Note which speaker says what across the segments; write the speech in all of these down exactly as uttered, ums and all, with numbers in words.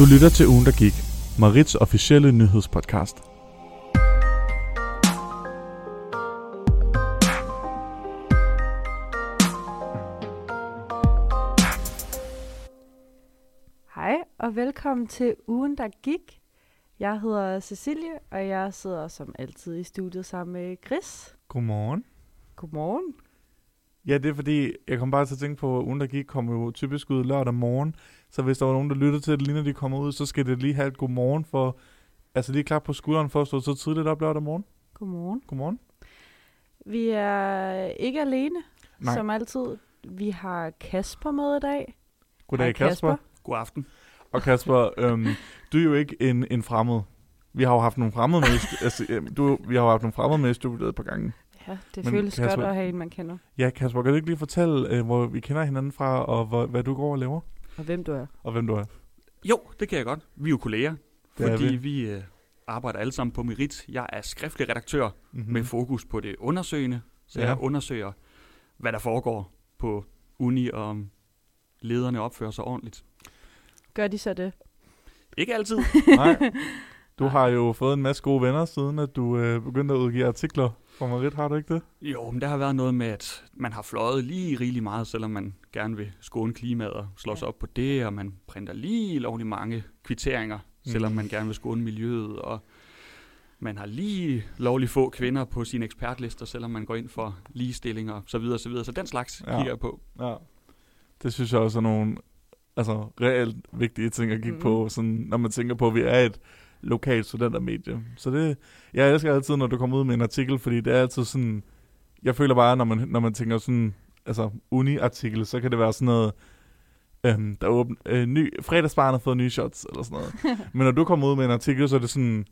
Speaker 1: Du lytter til Ugen, der gik. Marits officielle nyhedspodcast.
Speaker 2: Hej og velkommen til Ugen, der gik. Jeg hedder Cecilie, og jeg sidder som altid i studiet sammen med Chris.
Speaker 1: Godmorgen.
Speaker 2: Godmorgen.
Speaker 1: Ja, det er fordi, jeg kom bare til at tænke på, at Ugen, der gik, kommer jo typisk ud lørdag morgen. Så hvis der var nogen, der lyttede til det, lige når de kommer ud, så skal det lige have et godmorgen for... Altså lige klap på skulderen for at stå så tidligt op lørdag morgen.
Speaker 2: Godmorgen.
Speaker 1: Godmorgen.
Speaker 2: Vi er ikke alene,
Speaker 1: Nej.
Speaker 2: som altid. Vi har Kasper med i dag.
Speaker 1: Goddag,
Speaker 2: Hej,
Speaker 1: Kasper.
Speaker 2: Kasper.
Speaker 3: God aften.
Speaker 1: Og Kasper, øhm, du er jo ikke en, en fremmed. Vi har jo haft nogle fremmede med, i stu- altså, øhm, du, vi har jo haft nogle fremmede med i studiet et par gange.
Speaker 2: Ja, det
Speaker 1: Men
Speaker 2: føles
Speaker 1: Kasper-
Speaker 2: godt at have en, man kender.
Speaker 1: Ja, Kasper, kan du ikke lige fortælle, øh, hvor vi kender hinanden fra, og hvor, hvad du går og laver,
Speaker 2: Og hvem du er.
Speaker 1: og hvem du er?
Speaker 3: Jo, det kan jeg godt. Vi er jo kolleger,
Speaker 1: Det er
Speaker 3: fordi
Speaker 1: vi.
Speaker 3: vi, vi øh, arbejder alle sammen på Merit. Jeg er skriftlig redaktør
Speaker 1: Mm-hmm.
Speaker 3: med fokus på det undersøgende, så
Speaker 1: Ja.
Speaker 3: jeg undersøger, hvad der foregår på uni, og om lederne opfører sig ordentligt.
Speaker 2: Gør de så det?
Speaker 3: Ikke altid.
Speaker 1: Nej. Du har jo fået en masse gode venner, siden at du øh, begyndte at udgive artikler for Merit, har du ikke det?
Speaker 3: Jo, men der har været noget med, at man har fløjet lige rigeligt meget, selvom man gerne vil skåne klimaet og slå sig
Speaker 2: Ja.
Speaker 3: op på det, og man printer lige lovligt mange kvitteringer, selvom
Speaker 1: Mm.
Speaker 3: man gerne vil skåne miljøet, og man har lige lovligt få kvinder på sine ekspertlister, selvom man går ind for ligestilling og så videre, så videre. Så den slags
Speaker 1: Ja.
Speaker 3: kigger jeg på.
Speaker 1: Ja. Det synes jeg også er nogle altså, reelt vigtige ting at kigge
Speaker 2: Mhm.
Speaker 1: på, sådan, når man tænker på, at vi er et lokalt studentermedie. Så det, jeg elsker altid, når du kommer ud med en artikel, fordi det er altid sådan, jeg føler bare, når man, når man tænker sådan, altså uni-artikel, så kan det være sådan noget, øhm, der er åben, øh, ny, fredagsbarn har fået nye shots, eller sådan noget. Men når du kommer ud med en artikel, så er det sådan,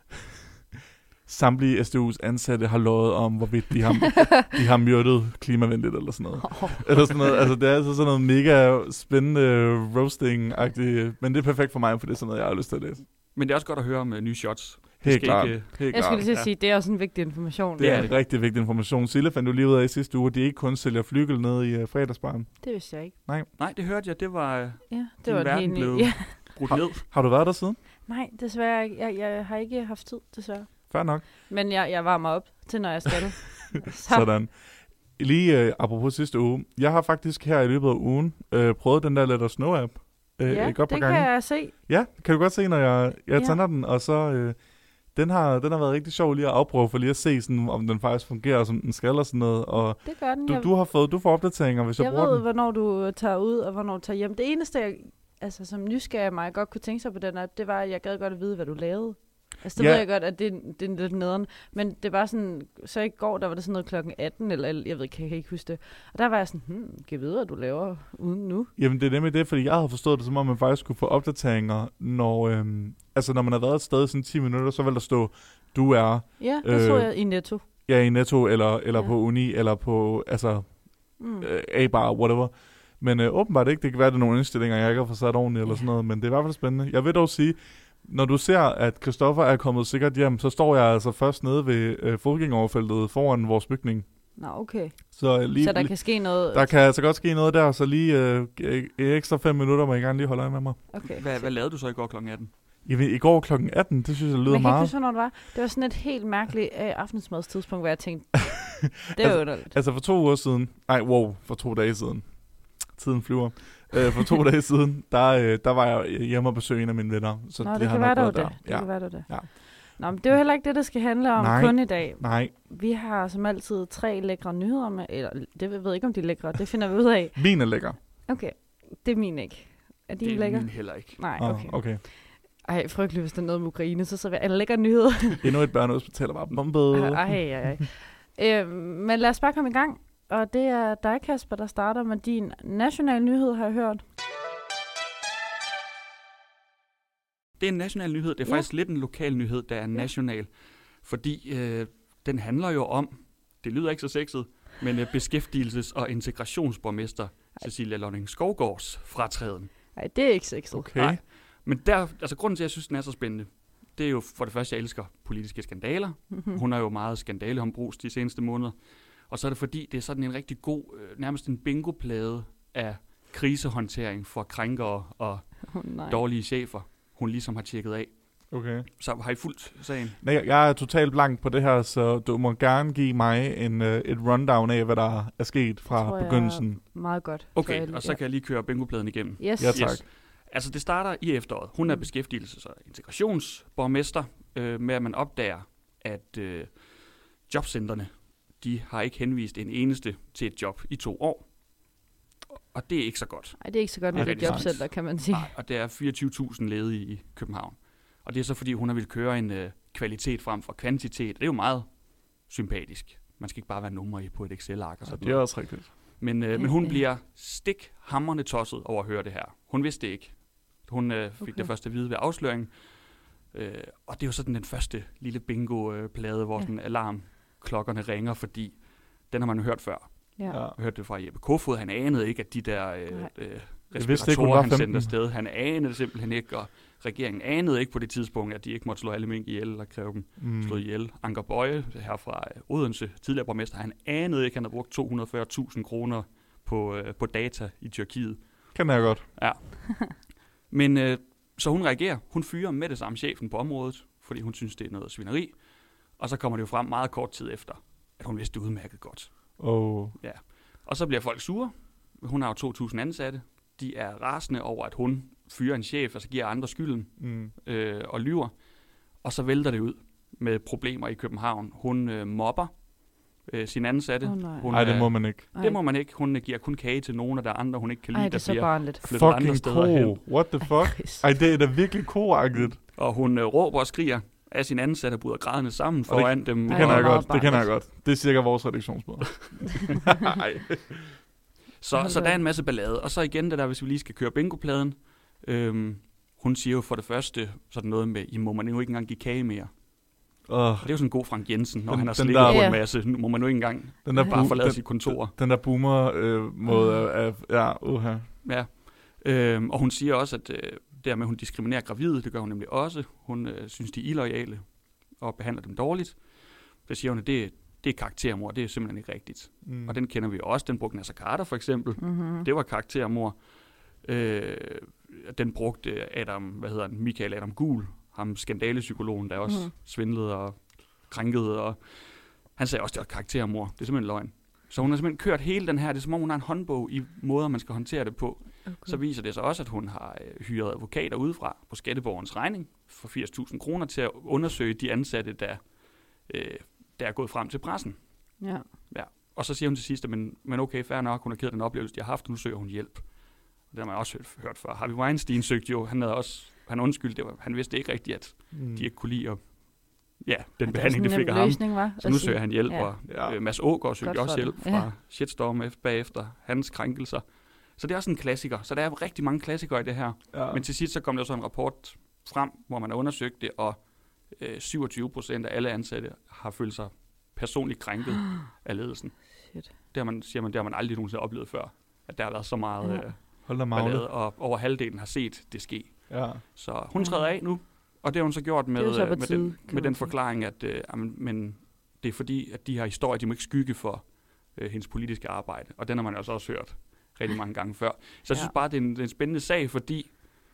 Speaker 1: samtlige S D U's ansatte har lovet om, hvorvidt de har, de har myrdet klimavenligt, eller sådan noget. Eller sådan noget. Altså, det er altså sådan noget mega spændende roasting-agtigt, men det er perfekt for mig, for det er sådan noget, jeg har lyst til at læse.
Speaker 3: Men det er også godt at høre om uh, nye shots. Det
Speaker 1: Helt
Speaker 3: skal
Speaker 1: klart.
Speaker 3: ikke,
Speaker 1: Helt
Speaker 2: Jeg skulle
Speaker 1: klart.
Speaker 2: lige til at
Speaker 3: Ja.
Speaker 2: sige, det er også en vigtig information.
Speaker 1: Det er
Speaker 3: det er
Speaker 1: en
Speaker 3: det.
Speaker 1: rigtig vigtig information. Sille fandt du lige ud af i sidste uge, at de ikke kun sælger flygel nede i uh, fredagsbaren.
Speaker 2: Det vidste jeg ikke.
Speaker 3: Nej, det hørte jeg. Det var uh,
Speaker 2: Ja,
Speaker 3: Din
Speaker 2: det var en
Speaker 3: verden
Speaker 2: helt ny.
Speaker 3: blev-
Speaker 2: Ja.
Speaker 3: brudt
Speaker 1: Har-
Speaker 3: ned.
Speaker 1: Har du været der siden?
Speaker 2: Nej, desværre ikke. Jeg, jeg har ikke haft tid, desværre.
Speaker 1: Fair nok.
Speaker 2: Men jeg, jeg varmer op til, når jeg skal. Så.
Speaker 1: Sådan. Lige uh, apropos sidste uge. Jeg har faktisk her i løbet af ugen uh, prøvet den der Let Us Know-app. Uh,
Speaker 2: Ja,
Speaker 1: et godt par
Speaker 2: det
Speaker 1: gange.
Speaker 2: kan jeg se.
Speaker 1: Ja, kan du godt se, når jeg, jeg
Speaker 2: Ja.
Speaker 1: tænder den, og så... Øh, den har, den har været rigtig sjov lige at afprøve, for lige at se, sådan, om den faktisk fungerer, som den skal, og sådan noget. Og
Speaker 2: Det gør den.
Speaker 1: du,
Speaker 2: jeg
Speaker 1: du har fået, du får opdateringer, hvis jeg,
Speaker 2: jeg
Speaker 1: bruger
Speaker 2: ved,
Speaker 1: den.
Speaker 2: hvornår du tager ud, og hvornår du tager hjem. Det eneste, jeg, altså, som nysgerrig mig godt kunne tænke sig på den app, det var, at jeg gad godt at vide, hvad du lavede. Altså, det
Speaker 1: Ja.
Speaker 2: ved jeg godt, at det, det er lidt nederen. Men det var sådan, så i går, der var det sådan noget klokken atten, eller jeg ved ikke, jeg kan ikke huske det. Og der var jeg sådan, hmm, kan jeg vide, hvad du laver uden nu?
Speaker 1: Jamen, det er nemlig det, fordi jeg havde forstået det, som om man faktisk kunne få opdateringer, når, øhm, altså, når man har været et sted i sådan ti minutter, så vil der stå, du er
Speaker 2: Ja, det
Speaker 1: Øh,
Speaker 2: så jeg i Netto.
Speaker 1: ja, i Netto, eller, eller
Speaker 2: Ja.
Speaker 1: på Uni, eller på altså,
Speaker 2: Mm.
Speaker 1: øh, A-bar, whatever. Men øh, åbenbart ikke. Det kan være, at det er nogle indstillinger, jeg ikke har fået sat ordentligt, eller
Speaker 2: Ja.
Speaker 1: sådan noget, men det er i hvert fald spændende. Jeg vil dog sige, når du ser, at Christoffer er kommet sikkert hjem, så står jeg altså først nede ved øh, fodgængeroverfeltet foran vores bygning.
Speaker 2: Nå, okay.
Speaker 1: Så, øh, lige,
Speaker 2: Så der kan ske noget.
Speaker 1: der kan altså godt ske noget der, så lige øh, øh, ekstra fem minutter må I gerne lige holde øje med mig.
Speaker 2: Okay.
Speaker 3: Hvad, hvad lavede du så i går klokken atten?
Speaker 1: I, ved, I går klokken atten, det synes jeg lyder
Speaker 2: Man kan ikke
Speaker 1: meget.
Speaker 2: huske, hvornår det var. Det var sådan et helt mærkeligt øh, aftensmadstidspunkt, hvor jeg tænkte, det er
Speaker 1: Altså-
Speaker 2: jo underligt.
Speaker 1: Altså for to uger siden, nej wow, for to dage siden, tiden flyver, øh, for to dage siden, der, øh, der var jeg hjemme og besøge en af mine venner. Så
Speaker 2: Nå,
Speaker 1: det,
Speaker 2: det
Speaker 1: har
Speaker 2: kan
Speaker 1: nok
Speaker 2: være, det var
Speaker 1: været
Speaker 2: det.
Speaker 1: der.
Speaker 2: Det
Speaker 1: Ja.
Speaker 2: kan være, det var det.
Speaker 1: Ja.
Speaker 2: Nå, men det er jo heller ikke det, det skal handle om
Speaker 1: Nej.
Speaker 2: kun i dag.
Speaker 1: Nej,
Speaker 2: Vi har som altid tre lækre nyheder med, eller det ved jeg ikke, om de er lækre, det finder vi ud af.
Speaker 1: min er lækker.
Speaker 2: Okay, det er min ikke. Er din
Speaker 3: Det er
Speaker 2: lækker?
Speaker 3: min heller ikke.
Speaker 2: Nej,
Speaker 1: Åh,
Speaker 2: okay.
Speaker 1: okay.
Speaker 2: Ej, frygteligt, hvis der er noget med Ukraine, så så er en lækker nyhed.
Speaker 1: Endnu et børnehospital var bombet.
Speaker 2: Ej, ej, ej. øh, men lad os bare komme i gang. Og det er dig, Kasper, der starter med din nationale nyhed, har jeg hørt.
Speaker 3: Det er en national nyhed. Det er
Speaker 2: Ja.
Speaker 3: faktisk lidt en lokal nyhed, der er national. Fordi øh, den handler jo om, det lyder ikke så sexet, men øh, beskæftigelses- og integrationsborgmester Cecilia Lonning Skovgaards fratræden.
Speaker 2: Nej, det er ikke sexet.
Speaker 1: Okay.
Speaker 3: Nej. Men der, altså grunden til, at jeg synes, den er så spændende, det er jo for det første, jeg elsker politiske skandaler.
Speaker 2: Mhm.
Speaker 3: Hun er jo meget skandalehombrus de seneste måneder. Og så er det fordi, det er sådan en rigtig god, øh, nærmest en bingoplade af krisehåndtering for krænkere og
Speaker 2: Oh, nej.
Speaker 3: dårlige chefer. hun ligesom har tjekket af.
Speaker 1: Okay.
Speaker 3: Så har I fulgt sagen?
Speaker 1: Nej, jeg er totalt blank på det her, så du må gerne give mig en, uh, et rundown af, hvad der er sket fra begyndelsen.
Speaker 2: Meget godt.
Speaker 3: Okay, og så kan jeg lige køre bingopladen igennem.
Speaker 2: Yes.
Speaker 1: Ja, tak.
Speaker 3: Yes. Altså, det starter i efteråret. Hun er
Speaker 2: Mm.
Speaker 3: beskæftigelses- og integrationsborgmester, øh, med at man opdager, at øh, jobcentrene, de har ikke henvist en eneste til et job i to år. Og det er ikke så godt.
Speaker 2: Nej, det er ikke så godt
Speaker 3: Nej,
Speaker 2: med
Speaker 3: det
Speaker 2: det
Speaker 3: er
Speaker 2: jobcenter, kan man sige.
Speaker 3: Nej, og der er fireogtyve tusind ledige i København. Og det er så fordi, hun har ville køre en øh, kvalitet frem for kvantitet. Det er jo meget sympatisk. Man skal ikke bare være nummer i på et Excel-ark og sådan
Speaker 1: Det er
Speaker 3: noget.
Speaker 1: også rigtigt.
Speaker 3: Men, øh, men hun bliver stikhamrende tosset over at høre det her. Hun vidste det ikke. Hun øh, fik
Speaker 2: Okay.
Speaker 3: det først at vide ved afsløringen. Øh, og det er jo sådan den første lille bingo-plade, hvor
Speaker 2: Ja.
Speaker 3: sådan alarmklokkerne ringer, fordi den har man jo hørt før.
Speaker 2: Ja.
Speaker 1: Ja.
Speaker 3: Jeg hørte det fra Jeppe Kofod. Han anede ikke, at de der øh,
Speaker 2: Nej.
Speaker 3: øh,
Speaker 1: Jeg vidste ikke, hun
Speaker 3: respiratorer,
Speaker 1: var
Speaker 3: han sendte
Speaker 1: femten.
Speaker 3: afsted, han anede det simpelthen ikke, og regeringen anede ikke på det tidspunkt, at de ikke måtte slå alle mink ihjel eller kræve dem
Speaker 1: Mm.
Speaker 3: slået ihjel. Anker Bøje, her fra øh, Odense, tidligere borgmester, han anede ikke, at han havde brugt to hundrede og fyrre tusind kroner på, øh, på data i Tyrkiet.
Speaker 1: Kender jeg godt.
Speaker 3: Men øh, så hun reagerer. Hun fyrer med det samme chefen på området, fordi hun synes, det er noget svineri. Og så kommer det jo frem meget kort tid efter, at hun vidste det udmærket godt.
Speaker 1: Oh.
Speaker 3: Og så bliver folk sure. Hun har jo to tusind ansatte. De er rasende over, at hun fyrer en chef, og så giver andre skylden
Speaker 1: Mm.
Speaker 3: øh, og lyver. Og så vælter det ud med problemer i København. Hun øh, mobber øh, sine ansatte.
Speaker 2: Åh, nej.
Speaker 3: Hun,
Speaker 1: Nej, det
Speaker 3: øh,
Speaker 1: må man ikke.
Speaker 2: Ej.
Speaker 3: Det må man ikke. Hun øh, giver kun kage til nogen, og der er andre, hun ikke kan lide,
Speaker 2: Ej, det er
Speaker 3: der
Speaker 2: så
Speaker 3: bliver
Speaker 2: barnligt.
Speaker 3: flyttet andre
Speaker 1: Fucking
Speaker 3: steder hen.
Speaker 1: ko. What the fuck?
Speaker 2: Chris.
Speaker 1: Ej, det er da virkelig ko-agtigt.
Speaker 3: Og hun øh, råber og skriger af sine ansatte og bryder grædende sammen
Speaker 1: Og det-
Speaker 3: foran dem.
Speaker 1: Det
Speaker 2: Ej,
Speaker 1: kender
Speaker 2: hvor
Speaker 1: jeg
Speaker 2: meget
Speaker 1: godt. Det kender jeg
Speaker 2: barnligt.
Speaker 1: godt. Det er cirka vores redaktionsmåde.
Speaker 3: Nej. Så,
Speaker 2: Hold
Speaker 3: så
Speaker 2: da
Speaker 3: der er
Speaker 2: op.
Speaker 3: en masse ballade. Og så igen det der, hvis vi lige skal køre bingopladen. Øhm, hun siger jo for det første sådan noget med, I må man jo ikke engang give kage mere.
Speaker 1: Uh,
Speaker 3: Og det er jo sådan en god Frank Jensen, når
Speaker 1: Den-
Speaker 3: han har
Speaker 1: den
Speaker 3: slikket
Speaker 1: der-
Speaker 3: på
Speaker 2: Ja.
Speaker 3: en masse. Nu må man jo ikke engang
Speaker 1: den der,
Speaker 2: Ej.
Speaker 3: bare
Speaker 1: boom,
Speaker 3: forlade
Speaker 1: den,
Speaker 3: sit kontor.
Speaker 1: den der boomer-måde øh, af... Ja, uha.
Speaker 3: Ja. Øhm, og hun siger også, at øh, dermed hun diskriminerer gravide, det gør hun nemlig også. Hun øh, synes, de er illoyale og behandler dem dårligt. Så siger hun, at det, det er karaktermor, det er simpelthen ikke rigtigt.
Speaker 1: Mm.
Speaker 3: Og den kender vi også. Den brugte Nasser Carter for eksempel.
Speaker 2: Mm-hmm.
Speaker 3: Det var karaktermor. Øh, den brugte Adam, hvad hedder han, Michael Adam Gul, ham skandalepsykologen, der også
Speaker 2: Mhm.
Speaker 3: svindlede og krænkede. Og han sagde også, det var karaktermor. Det er simpelthen løgn. Så hun har simpelthen kørt hele den her. Det er som om, hun har en håndbog i måder, man skal håndtere det på.
Speaker 2: Okay.
Speaker 3: Så viser det sig også, at hun har øh, hyret advokater udefra på skatteborgerens regning for firs tusind kroner til at undersøge de ansatte, der, øh, der er gået frem til pressen.
Speaker 2: Ja.
Speaker 3: Og så siger hun til sidst, at men, men okay, fair nok, hun har ked af den oplevelse, de har haft, og nu søger hun hjælp. Og det har man også hørt, hørt før. Harvey Weinstein søgte jo, han havde også, han undskyldte, det var, han vidste ikke rigtigt, at
Speaker 1: Mm.
Speaker 3: de ikke kunne lide at, ja, den
Speaker 2: Det
Speaker 3: behandling, det
Speaker 2: var
Speaker 3: fik
Speaker 2: sådan
Speaker 3: af
Speaker 2: en
Speaker 3: ham.
Speaker 2: løsning, var,
Speaker 3: Så nu søger han hjælp,
Speaker 2: Ja.
Speaker 3: og
Speaker 1: Ja.
Speaker 3: øh, Mads Aagaard søgte
Speaker 2: Godt
Speaker 3: også
Speaker 2: for
Speaker 3: hjælp
Speaker 2: det.
Speaker 3: fra
Speaker 2: Ja.
Speaker 3: Shitstorm efter, bagefter hans krænkelser. Så det er også en klassiker. Så der er rigtig mange klassikere i det her.
Speaker 1: Ja.
Speaker 3: Men til sidst så kom der så en rapport frem, hvor man har undersøgt det, og øh, syvogtyve procent af alle ansatte har følt sig personligt krænket af ledelsen.
Speaker 2: Shit.
Speaker 3: Det har man, siger man, det har man aldrig nogensinde oplevet før, at der har været så meget
Speaker 2: Ja.
Speaker 3: øh,
Speaker 1: Hold da magle.
Speaker 3: ballade, og over halvdelen har set det ske.
Speaker 1: Ja.
Speaker 3: Så hun træder af nu, og det har hun så gjort med,
Speaker 2: Det er jo så på
Speaker 3: øh, med
Speaker 2: tide,
Speaker 3: den,
Speaker 2: kan
Speaker 3: med
Speaker 2: man
Speaker 3: den
Speaker 2: sige.
Speaker 3: forklaring, at øh, jamen, men det er fordi, at de her historier, de må ikke skygge for øh, hendes politiske arbejde. Og den har man altså også hørt rigtig mange gange før. Så jeg
Speaker 2: Ja.
Speaker 3: synes bare, det er, en, det er en spændende sag, fordi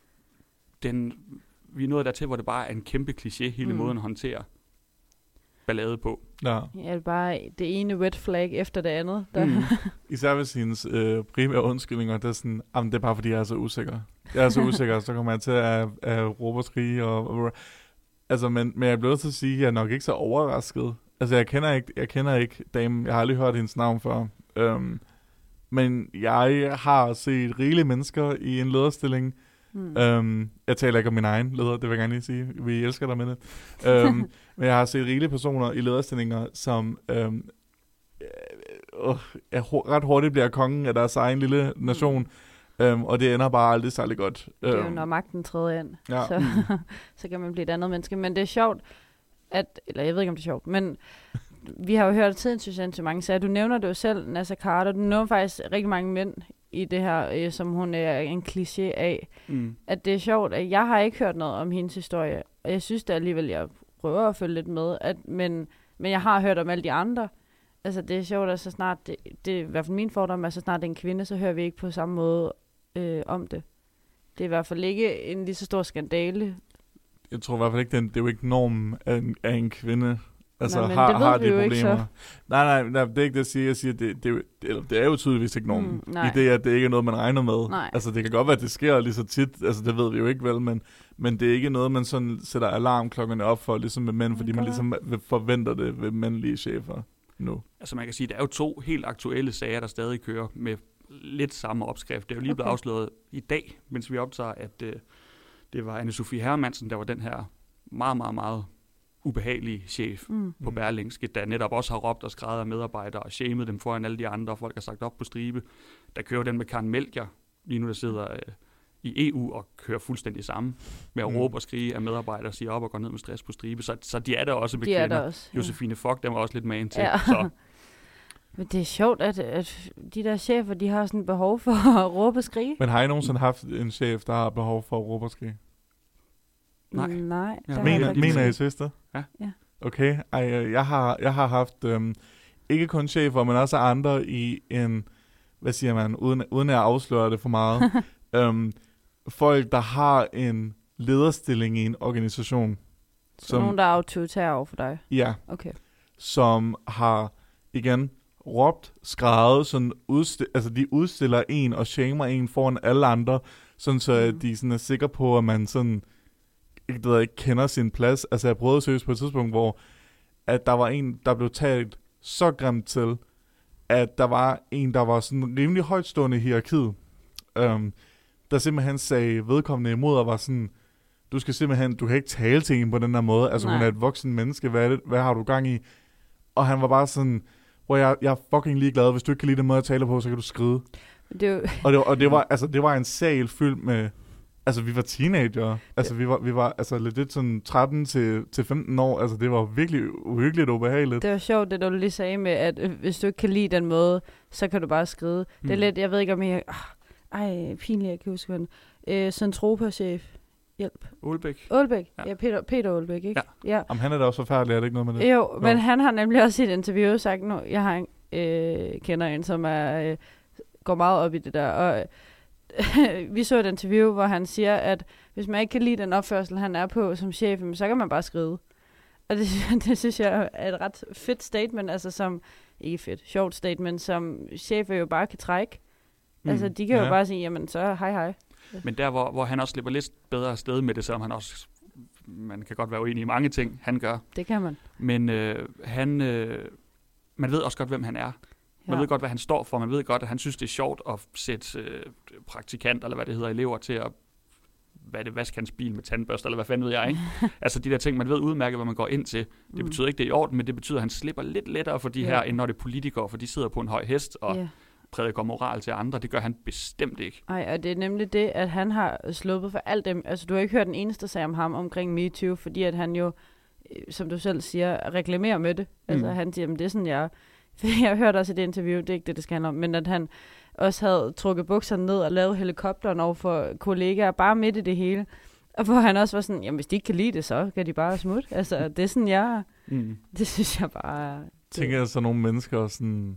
Speaker 3: den, vi er nået dertil, hvor det bare er en kæmpe kliché, hele
Speaker 2: Mm.
Speaker 3: måden at håndtere ballade på.
Speaker 1: Ja.
Speaker 2: Ja, det er bare det ene red flag efter det andet. Der.
Speaker 3: Mm.
Speaker 1: Især hvis hendes øh, primære undskyldninger, det er sådan, jamen det er bare fordi, jeg er så usikker. Jeg er så usikker, så kommer jeg til at, at råbe og skrige. Og, og, altså, men, men jeg bliver nødt til at sige, at jeg er nok ikke så overrasket. Altså, jeg kender ikke, jeg kender ikke damen. Jeg har aldrig hørt hendes navn før. Um, men jeg har set rigelige mennesker i en lederstilling.
Speaker 2: Mm.
Speaker 1: Um, jeg taler ikke om min egen leder, det vil jeg gerne lige sige. Vi elsker dig med det. Um, men jeg har set rigelige personer i lederstillinger, som um, øh, er hu- ret hurtigt bliver kongen af deres egen lille nation. Um, og det ender bare aldrig særlig godt.
Speaker 2: Det er jo,
Speaker 1: Um,
Speaker 2: når magten træder ind,
Speaker 1: ja.
Speaker 2: så, så kan man blive et andet menneske. Men det er sjovt, at, eller jeg ved ikke, om det er sjovt, men vi har jo hørt tiden, synes jeg, til mange sager. Du nævner det jo selv, Nasser Carter. Du nævner faktisk rigtig mange mænd i det her, øh, som hun er en kliché af.
Speaker 3: Mm.
Speaker 2: At det er sjovt, at jeg har ikke hørt noget om hendes historie, og jeg synes da alligevel, jeg prøver at følge lidt med, at, men, men jeg har hørt om alle de andre. Altså, det er sjovt, at så snart, det, det er i hvert fald min fordom, at så snart det er en kvinde, så hører vi ikke på samme måde øh, om det. det er i hvert fald ikke en lige så stor skandale.
Speaker 1: Jeg tror i hvert fald ikke, det er, det er jo ikke normen af en, af en kvinde. Altså,
Speaker 2: Nej, men
Speaker 1: har,
Speaker 2: det ved
Speaker 1: har
Speaker 2: vi
Speaker 1: de
Speaker 2: jo
Speaker 1: problemer.
Speaker 2: ikke så.
Speaker 1: Nej, nej, nej, det er ikke det, jeg siger. Jeg siger, det, det, er, jo, det, eller, det er jo tydeligvis ikke normen.
Speaker 2: Mm, nej.
Speaker 1: I det, at det ikke er noget, man regner med.
Speaker 2: Nej.
Speaker 1: Altså, det kan godt være, at det sker lige så tit. Altså, det ved vi jo ikke vel, men, men det er ikke noget, man sådan sætter alarmklokkerne op for, ligesom med mænd, fordi man ligesom forventer det ved mandlige chefer nu.
Speaker 3: Altså, man kan sige, at der er jo to helt aktuelle sager, der stadig kører med lidt samme opskrift. Det er jo lige blevet
Speaker 2: Okay.
Speaker 3: afsløret i dag, mens vi optager, at øh, det var Anne-Sophie Hermansen, der var den her meget, meget, meget ubehagelige chef
Speaker 2: Mm.
Speaker 3: på
Speaker 1: Mm.
Speaker 3: Berlingske, der netop også har råbt og skrevet af medarbejdere og shamed dem foran alle de andre, folk har sagt op på stribe. Der kører den med Karen Melchior, lige nu der sidder øh, i E U og kører fuldstændig sammen med at
Speaker 1: Mm.
Speaker 3: råbe og skrige af medarbejdere, siger op og går ned med stress på stribe. Så, så de er der også med
Speaker 2: De er
Speaker 3: kvinder.
Speaker 2: der også. Ja.
Speaker 3: Josefine Fock, den var også lidt man til.
Speaker 2: Ja.
Speaker 3: Så
Speaker 2: Men det er sjovt, at, at de der chefer, de har sådan behov for at råbe og skrige.
Speaker 1: Men har I nogensinde haft en chef, der har behov for at råbe og skrige?
Speaker 3: Nej.
Speaker 2: Nej.
Speaker 3: Ja,
Speaker 2: der har
Speaker 1: Mener,
Speaker 2: jeg
Speaker 3: lige
Speaker 1: mener I
Speaker 2: faktisk
Speaker 1: søster?
Speaker 3: Ja.
Speaker 2: Ja.
Speaker 1: Okay, ej, øh, jeg har, jeg har haft øhm, ikke kun chefer, men også andre i en, hvad siger man, uden, uden at afsløre det for meget, øhm, folk, der har en lederstilling i en organisation,
Speaker 2: Så
Speaker 1: som,
Speaker 2: nogen, der er autoritære over for dig.
Speaker 1: ja,
Speaker 2: Okay.
Speaker 1: som har, igen, råbt, skrevet, sådan udsti- altså de udstiller en og shamer en foran alle andre, sådan så
Speaker 2: Mm.
Speaker 1: de sådan er sikre på, at man sådan ikke, det ved jeg, ikke kender sin plads. Altså jeg prøvede at søge på et tidspunkt, hvor at der var en, der blev talt så grimt til, at der var en, der var sådan rimelig højtstående i hierarkiet, øhm, der simpelthen sagde vedkommende imod og var sådan, du skal simpelthen, du kan ikke tale til en på den der måde, altså
Speaker 2: Nej.
Speaker 1: hun er et voksen menneske, hvad, er det, hvad har du gang i? Og han var bare sådan, hvor jeg, jeg er fucking ligeglad, hvis du ikke kan lide den måde at tale på, så kan du skride.
Speaker 2: Det er jo,
Speaker 1: Og det, var, og det var, altså det var en sal fyldt med, altså vi var teenager, altså vi var, vi var altså lidt sådan tretten til femten år, altså det var virkelig uhyggeligt og ubehageligt.
Speaker 2: det var sjovt, det du lige sagde med, at øh, hvis du ikke kan lide den måde, så kan du bare skride. Mm. Det er
Speaker 3: Mm.
Speaker 2: lidt, jeg ved ikke om jeg... Ah, ej, pinligt, jeg kan huske, hvad øh, Centropa-chef. Hjælp.
Speaker 3: Aalbæk.
Speaker 2: Aalbæk. Ja,
Speaker 3: Ja.
Speaker 2: ja Peter, Peter Aalbæk, ikke? Ja. ja.
Speaker 1: Om han er da også forfærdelig, er det ikke noget med det?
Speaker 2: Jo,
Speaker 1: Jo.
Speaker 2: men han har nemlig også i et interview sagt, nu, jeg har en, øh, kender en, som er, øh, går meget op i det der, og øh, vi så et interview, hvor han siger, at hvis man ikke kan lide den opførsel, han er på som chef, så kan man bare skride. Og det, det synes jeg er et ret fedt statement, altså som, ikke fedt, sjovt statement, som chefer jo bare kan trække. Mm. Altså de kan
Speaker 1: Ja.
Speaker 2: jo bare sige, jamen så hej hej.
Speaker 3: Men der, hvor, hvor han også slipper lidt bedre afsted med det, selvom han også, man kan godt være uenig i mange ting, han gør.
Speaker 2: Det kan man.
Speaker 3: Men øh, han, øh, man ved også godt, hvem han er. Man
Speaker 2: Ja.
Speaker 3: ved godt, hvad han står for. Man ved godt, at han synes, det er sjovt at sætte øh, praktikanter, eller hvad det hedder, elever til at hvad er det, vaske hans bil med tandbørste, eller hvad fanden ved jeg, ikke? Altså de der ting, man ved udmærket, hvad man går ind til. Det
Speaker 2: Mm.
Speaker 3: betyder ikke, det er i orden, men det betyder, at han slipper lidt lettere for de
Speaker 2: Ja.
Speaker 3: her, end når det er politikere, for de sidder på en høj hest og
Speaker 2: Ja.
Speaker 3: prædiker moral til andre. Det gør han bestemt ikke.
Speaker 2: Ej, og det er nemlig det, at han har sluppet for alt dem. Altså, du har ikke hørt den eneste sag om ham omkring MeToo, fordi at han jo, øh, som du selv siger, reklamerer med det. Altså,
Speaker 3: Mm.
Speaker 2: han siger, at det er sådan, jeg er. For jeg hørte også i det interview, det er ikke det, det skal handle om, men at han også havde trukket bukserne ned og lavet helikopteren over for kollegaer, bare midt i det hele. Og hvor han også var sådan, jamen hvis de ikke kan lide det, så kan de bare smutte. Altså, det er sådan, jeg er.
Speaker 3: Mm.
Speaker 2: Det synes jeg bare... Det.
Speaker 1: Tænker jeg, så nogle mennesker sådan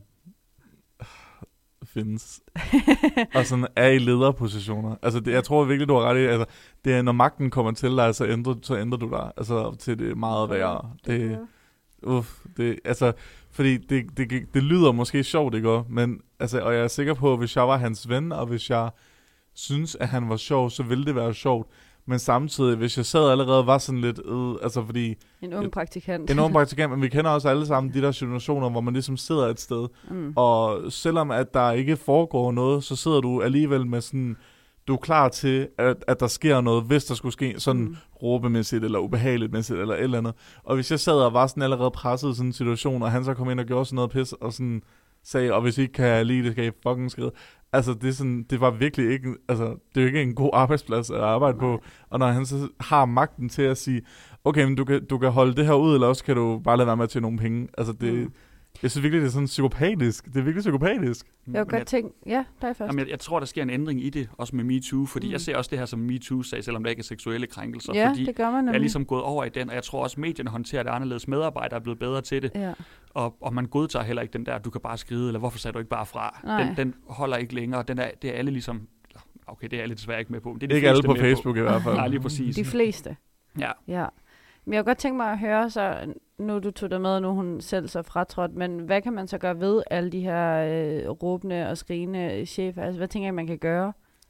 Speaker 1: findes, og sådan er i lederpositioner. Altså, det, jeg tror virkelig, du har ret i, altså, det er, når magten kommer til dig, så ændrer, så ændrer du dig, altså, til det meget værre. Det, uff, det, altså, fordi det, det, det lyder måske sjovt, ikke også? Men, altså, og jeg er sikker på, at hvis jeg var hans ven, og hvis jeg synes, at han var sjov, så ville det være sjovt. Men samtidig, hvis jeg sad allerede var sådan lidt, øh, altså fordi...
Speaker 2: En ung praktikant.
Speaker 1: En ung praktikant, men vi kender også alle sammen de der situationer, hvor man ligesom sidder et sted,
Speaker 2: mm.
Speaker 1: og selvom at der ikke foregår noget, så sidder du alligevel med sådan, du er klar til, at, at der sker noget, hvis der skulle ske sådan
Speaker 2: Mm.
Speaker 1: råbemæssigt, eller ubehageligt-mæssigt, eller et eller andet. Og hvis jeg sad og var sådan allerede presset i sådan en situation, og han så kom ind og gjorde sådan noget pis, og sådan sagde, og hvis I ikke kan lide det, skal I fucking skride. Altså, det, er sådan, det var virkelig ikke, altså, det er jo ikke en god arbejdsplads at arbejde på. Og når han så har magten til at sige, okay, men du kan, du kan holde det her ud, eller også kan du bare lade være med at tjene nogle penge. Altså, det,
Speaker 2: Mm.
Speaker 1: jeg synes virkelig, det er sådan psykopatisk. Det er virkelig psykopatisk.
Speaker 2: Jeg kunne
Speaker 3: Men
Speaker 2: godt tænke... Ja, dig først.
Speaker 3: Jamen, jeg, jeg tror, der sker en ændring i det, også med MeToo, fordi
Speaker 2: Mm.
Speaker 3: mm. jeg ser også det her som en MeToo-sag, selvom der ikke er seksuelle krænkelser.
Speaker 2: ja,
Speaker 3: fordi
Speaker 2: det gør man
Speaker 3: jeg
Speaker 2: nemlig.
Speaker 3: er ligesom gået over i den, og jeg tror også, medierne håndterer det anderledes. Medarbejdere er blevet bedre til det,
Speaker 2: Ja.
Speaker 3: og, og man godtager heller ikke den der, du kan bare skride, eller hvorfor sagde du ikke bare fra?
Speaker 2: Nej.
Speaker 3: Den, den holder ikke længere, den er, det er alle ligesom, Okay, det er jeg lidt svært ikke med på. Det er de
Speaker 1: ikke alle på
Speaker 3: med
Speaker 1: Facebook
Speaker 3: på.
Speaker 1: i hvert fald.
Speaker 3: Nej, lige præcis.
Speaker 2: De fleste.
Speaker 3: Ja.
Speaker 2: Ja. Men jeg kunne godt tænke mig at høre, så nu du tog dig med, nu hun selv så fratrådt, men hvad kan man så gøre ved alle de her øh, råbende og skrigende chefer? Altså, hvad tænker jeg, man kan gøre?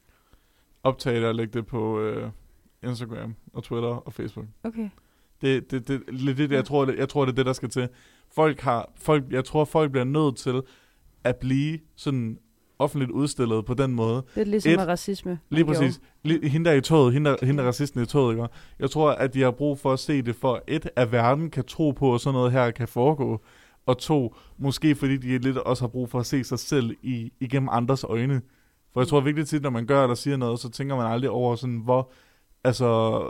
Speaker 1: Optage det og lægge det på øh, Instagram og Twitter og Facebook.
Speaker 2: Okay.
Speaker 1: Det, det, det, det, det jeg, tror, det, jeg tror, det er det, der skal til. Folk har, folk, jeg tror, folk bliver nødt til at blive sådan offentligt udstillet på den måde.
Speaker 2: Det er ligesom
Speaker 1: Et,
Speaker 2: med racisme.
Speaker 1: Lige præcis. Lige, hende der i toget, hende der, hende der racisten i toget, ikke? Jeg tror, at de har brug for at se det for, et, at verden kan tro på, at sådan noget her kan foregå, og to, måske fordi de lidt også har brug for at se sig selv i, igennem andres øjne. For jeg tror virkelig tit, når man gør eller siger noget, så tænker man aldrig over sådan, hvor altså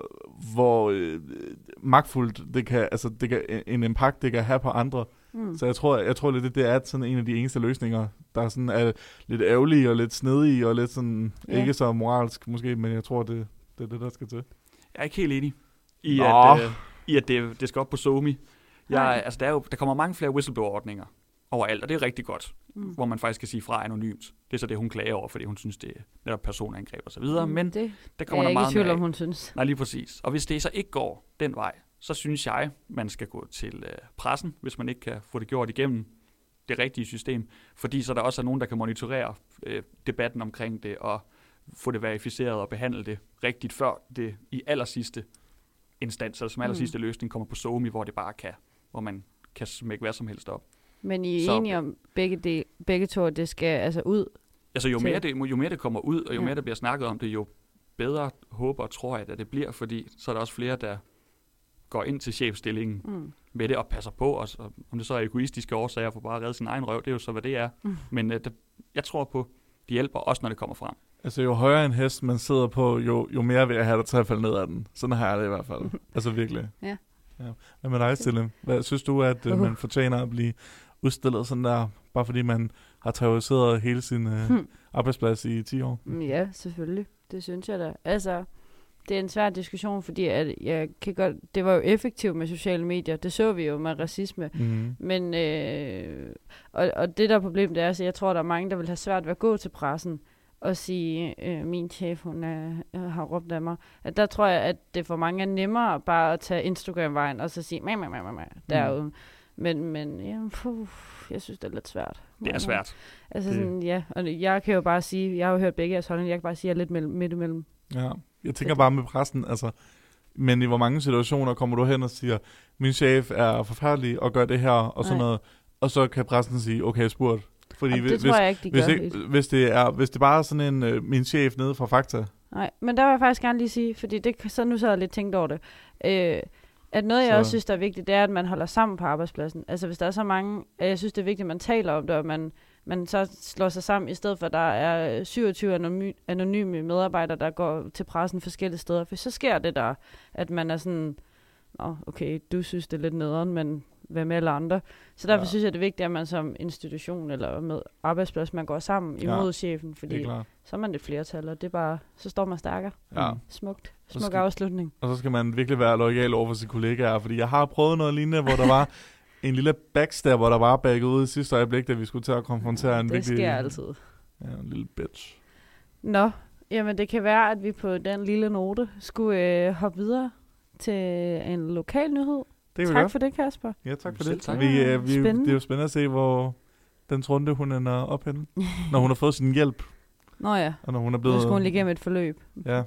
Speaker 1: hvor øh, magtfuldt det kan, altså det kan, en impact det kan have på andre. Mm. Så jeg tror, jeg tror lidt, det er sådan en af de eneste løsninger, der sådan er lidt ærgerlige og lidt snedige og lidt sådan, yeah. ikke så moralsk måske, men jeg tror, det, det er det, der skal til.
Speaker 3: Jeg er ikke helt enig i, at, øh, i, at det, det skal op på SoMe. Jeg, altså, der, er jo, der kommer mange flere whistleblower-ordninger overalt, og det er rigtig godt, mm. hvor man faktisk kan sige fra anonymt. Det er så det, hun klager over, fordi hun synes, det er netop personangreb og så videre, mm, men
Speaker 2: det
Speaker 3: der kommer
Speaker 2: er
Speaker 3: der meget
Speaker 2: ikke i tvivl om, hun synes.
Speaker 3: Nej, lige præcis. Og hvis det så ikke går den vej, så synes jeg, man skal gå til øh, pressen, hvis man ikke kan få det gjort igennem det rigtige system, fordi så der også er nogen, der kan monitorere øh, debatten omkring det, og få det verificeret og behandle det rigtigt, før det i allersidste instans, eller som allersidste mm. løsning, kommer på SoMe, hvor det bare kan, hvor man kan smække hvad som helst op.
Speaker 2: Men I er
Speaker 3: så,
Speaker 2: enige om begge, del, begge to, at det skal altså ud?
Speaker 3: Altså jo mere, det, jo mere det kommer ud, og jo ja. mere der bliver snakket om det, jo bedre håber og tror jeg, at det bliver, fordi så er der også flere, der går ind til chefstillingen mm. med det og passer på os. Og om det så er egoistiske årsager for bare at redde sin egen røv, det er jo så, hvad det er. Mm. Men uh, det, jeg tror på, de hjælper også, når det kommer frem.
Speaker 1: Altså jo højere en hest man sidder på, jo, jo mere vil jeg have dig til at falde ned af den. Sådan har jeg det i hvert fald. Altså virkelig.
Speaker 2: Ja.
Speaker 1: Ja. Hvad med dig, Stille? Hvad synes du, at uh, man fortjener at blive udstillet sådan der, bare fordi man har terroriseret hele sin uh, hmm. arbejdsplads i ti år?
Speaker 2: Ja, selvfølgelig. Det synes jeg da. Altså, det er en svær diskussion, fordi at jeg kan godt, det var jo effektivt med sociale medier. Det så vi jo med racisme. Mm-hmm. Men, øh, og, og det der problem, det er, at jeg tror, der er mange, der vil have svært ved at gå til pressen og sige, øh, min chef, hun er, har råbt af mig. At der tror jeg, at det for mange er nemmere bare at tage Instagram-vejen og så sige, mæ, mæ, mæ, mæ, mæ, derude. Men, men ja, puh, jeg synes, det er lidt svært.
Speaker 3: Det er svært.
Speaker 2: Altså det. Sådan, ja, og jeg kan jo bare sige, jeg har jo hørt begge jeres holdninger, jeg kan bare sige, at jeg er lidt mellem, midt imellem.
Speaker 1: Ja, jeg tænker bare med pressen, altså, men i hvor mange situationer kommer du hen og siger, min chef er forfærdelig og gør det her og sådan Nej. noget, og så kan pressen sige, okay, spurgt. Fordi
Speaker 2: det
Speaker 1: hvis,
Speaker 2: tror jeg ikke, de
Speaker 1: hvis,
Speaker 2: gør.
Speaker 1: Ikke, hvis, det er, hvis det bare er sådan en, øh, min chef nede fra Fakta.
Speaker 2: Nej, men der vil jeg faktisk gerne lige sige, fordi det, så nu så jeg lidt tænkt over det, øh, at noget, jeg så. også synes, der er vigtigt, det er, at man holder sammen på arbejdspladsen. Altså hvis der er så mange, jeg synes, det er vigtigt, at man taler om det, og man, man så slår sig sammen, i stedet for, at der er syvogtyve anony- anonyme medarbejdere, der går til pressen forskellige steder. For så sker det der, at man er sådan, oh, okay, du synes, det er lidt nederen, men hvad med alle andre? Så derfor ja. synes jeg, det er vigtigt, at man som institution eller med arbejdsplads, man går sammen imod ja, chefen, fordi så er man det flertal, og det er bare, så står man stærkere.
Speaker 1: Ja.
Speaker 2: Smukt. Smuk skal, afslutning.
Speaker 1: Og så skal man virkelig være loyal over for sine kollegaer, fordi jeg har prøvet noget lignende, hvor der var en lille backstab, hvor der var bagget ud i sidste øjeblik, da vi skulle til at konfrontere ja, en
Speaker 2: det
Speaker 1: virkelig...
Speaker 2: Det sker altid.
Speaker 1: Ja, en lille bitch.
Speaker 2: Nå, jamen det kan være, at vi på den lille note skulle øh, hoppe videre til en lokal nyhed.
Speaker 1: Det
Speaker 2: tak for det, Kasper.
Speaker 1: Ja, tak for det. Tak. Vi, øh, vi, det er jo spændende at se, hvor den trunde, hun ender op henne, når hun har fået sin hjælp.
Speaker 2: Nå ja,
Speaker 1: og når hun er blevet...
Speaker 2: nu skal hun lige igennem et forløb.
Speaker 1: Ja.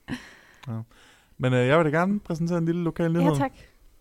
Speaker 1: ja. Men øh, jeg vil da gerne præsentere en lille lokal nyhed.
Speaker 2: Ja, tak.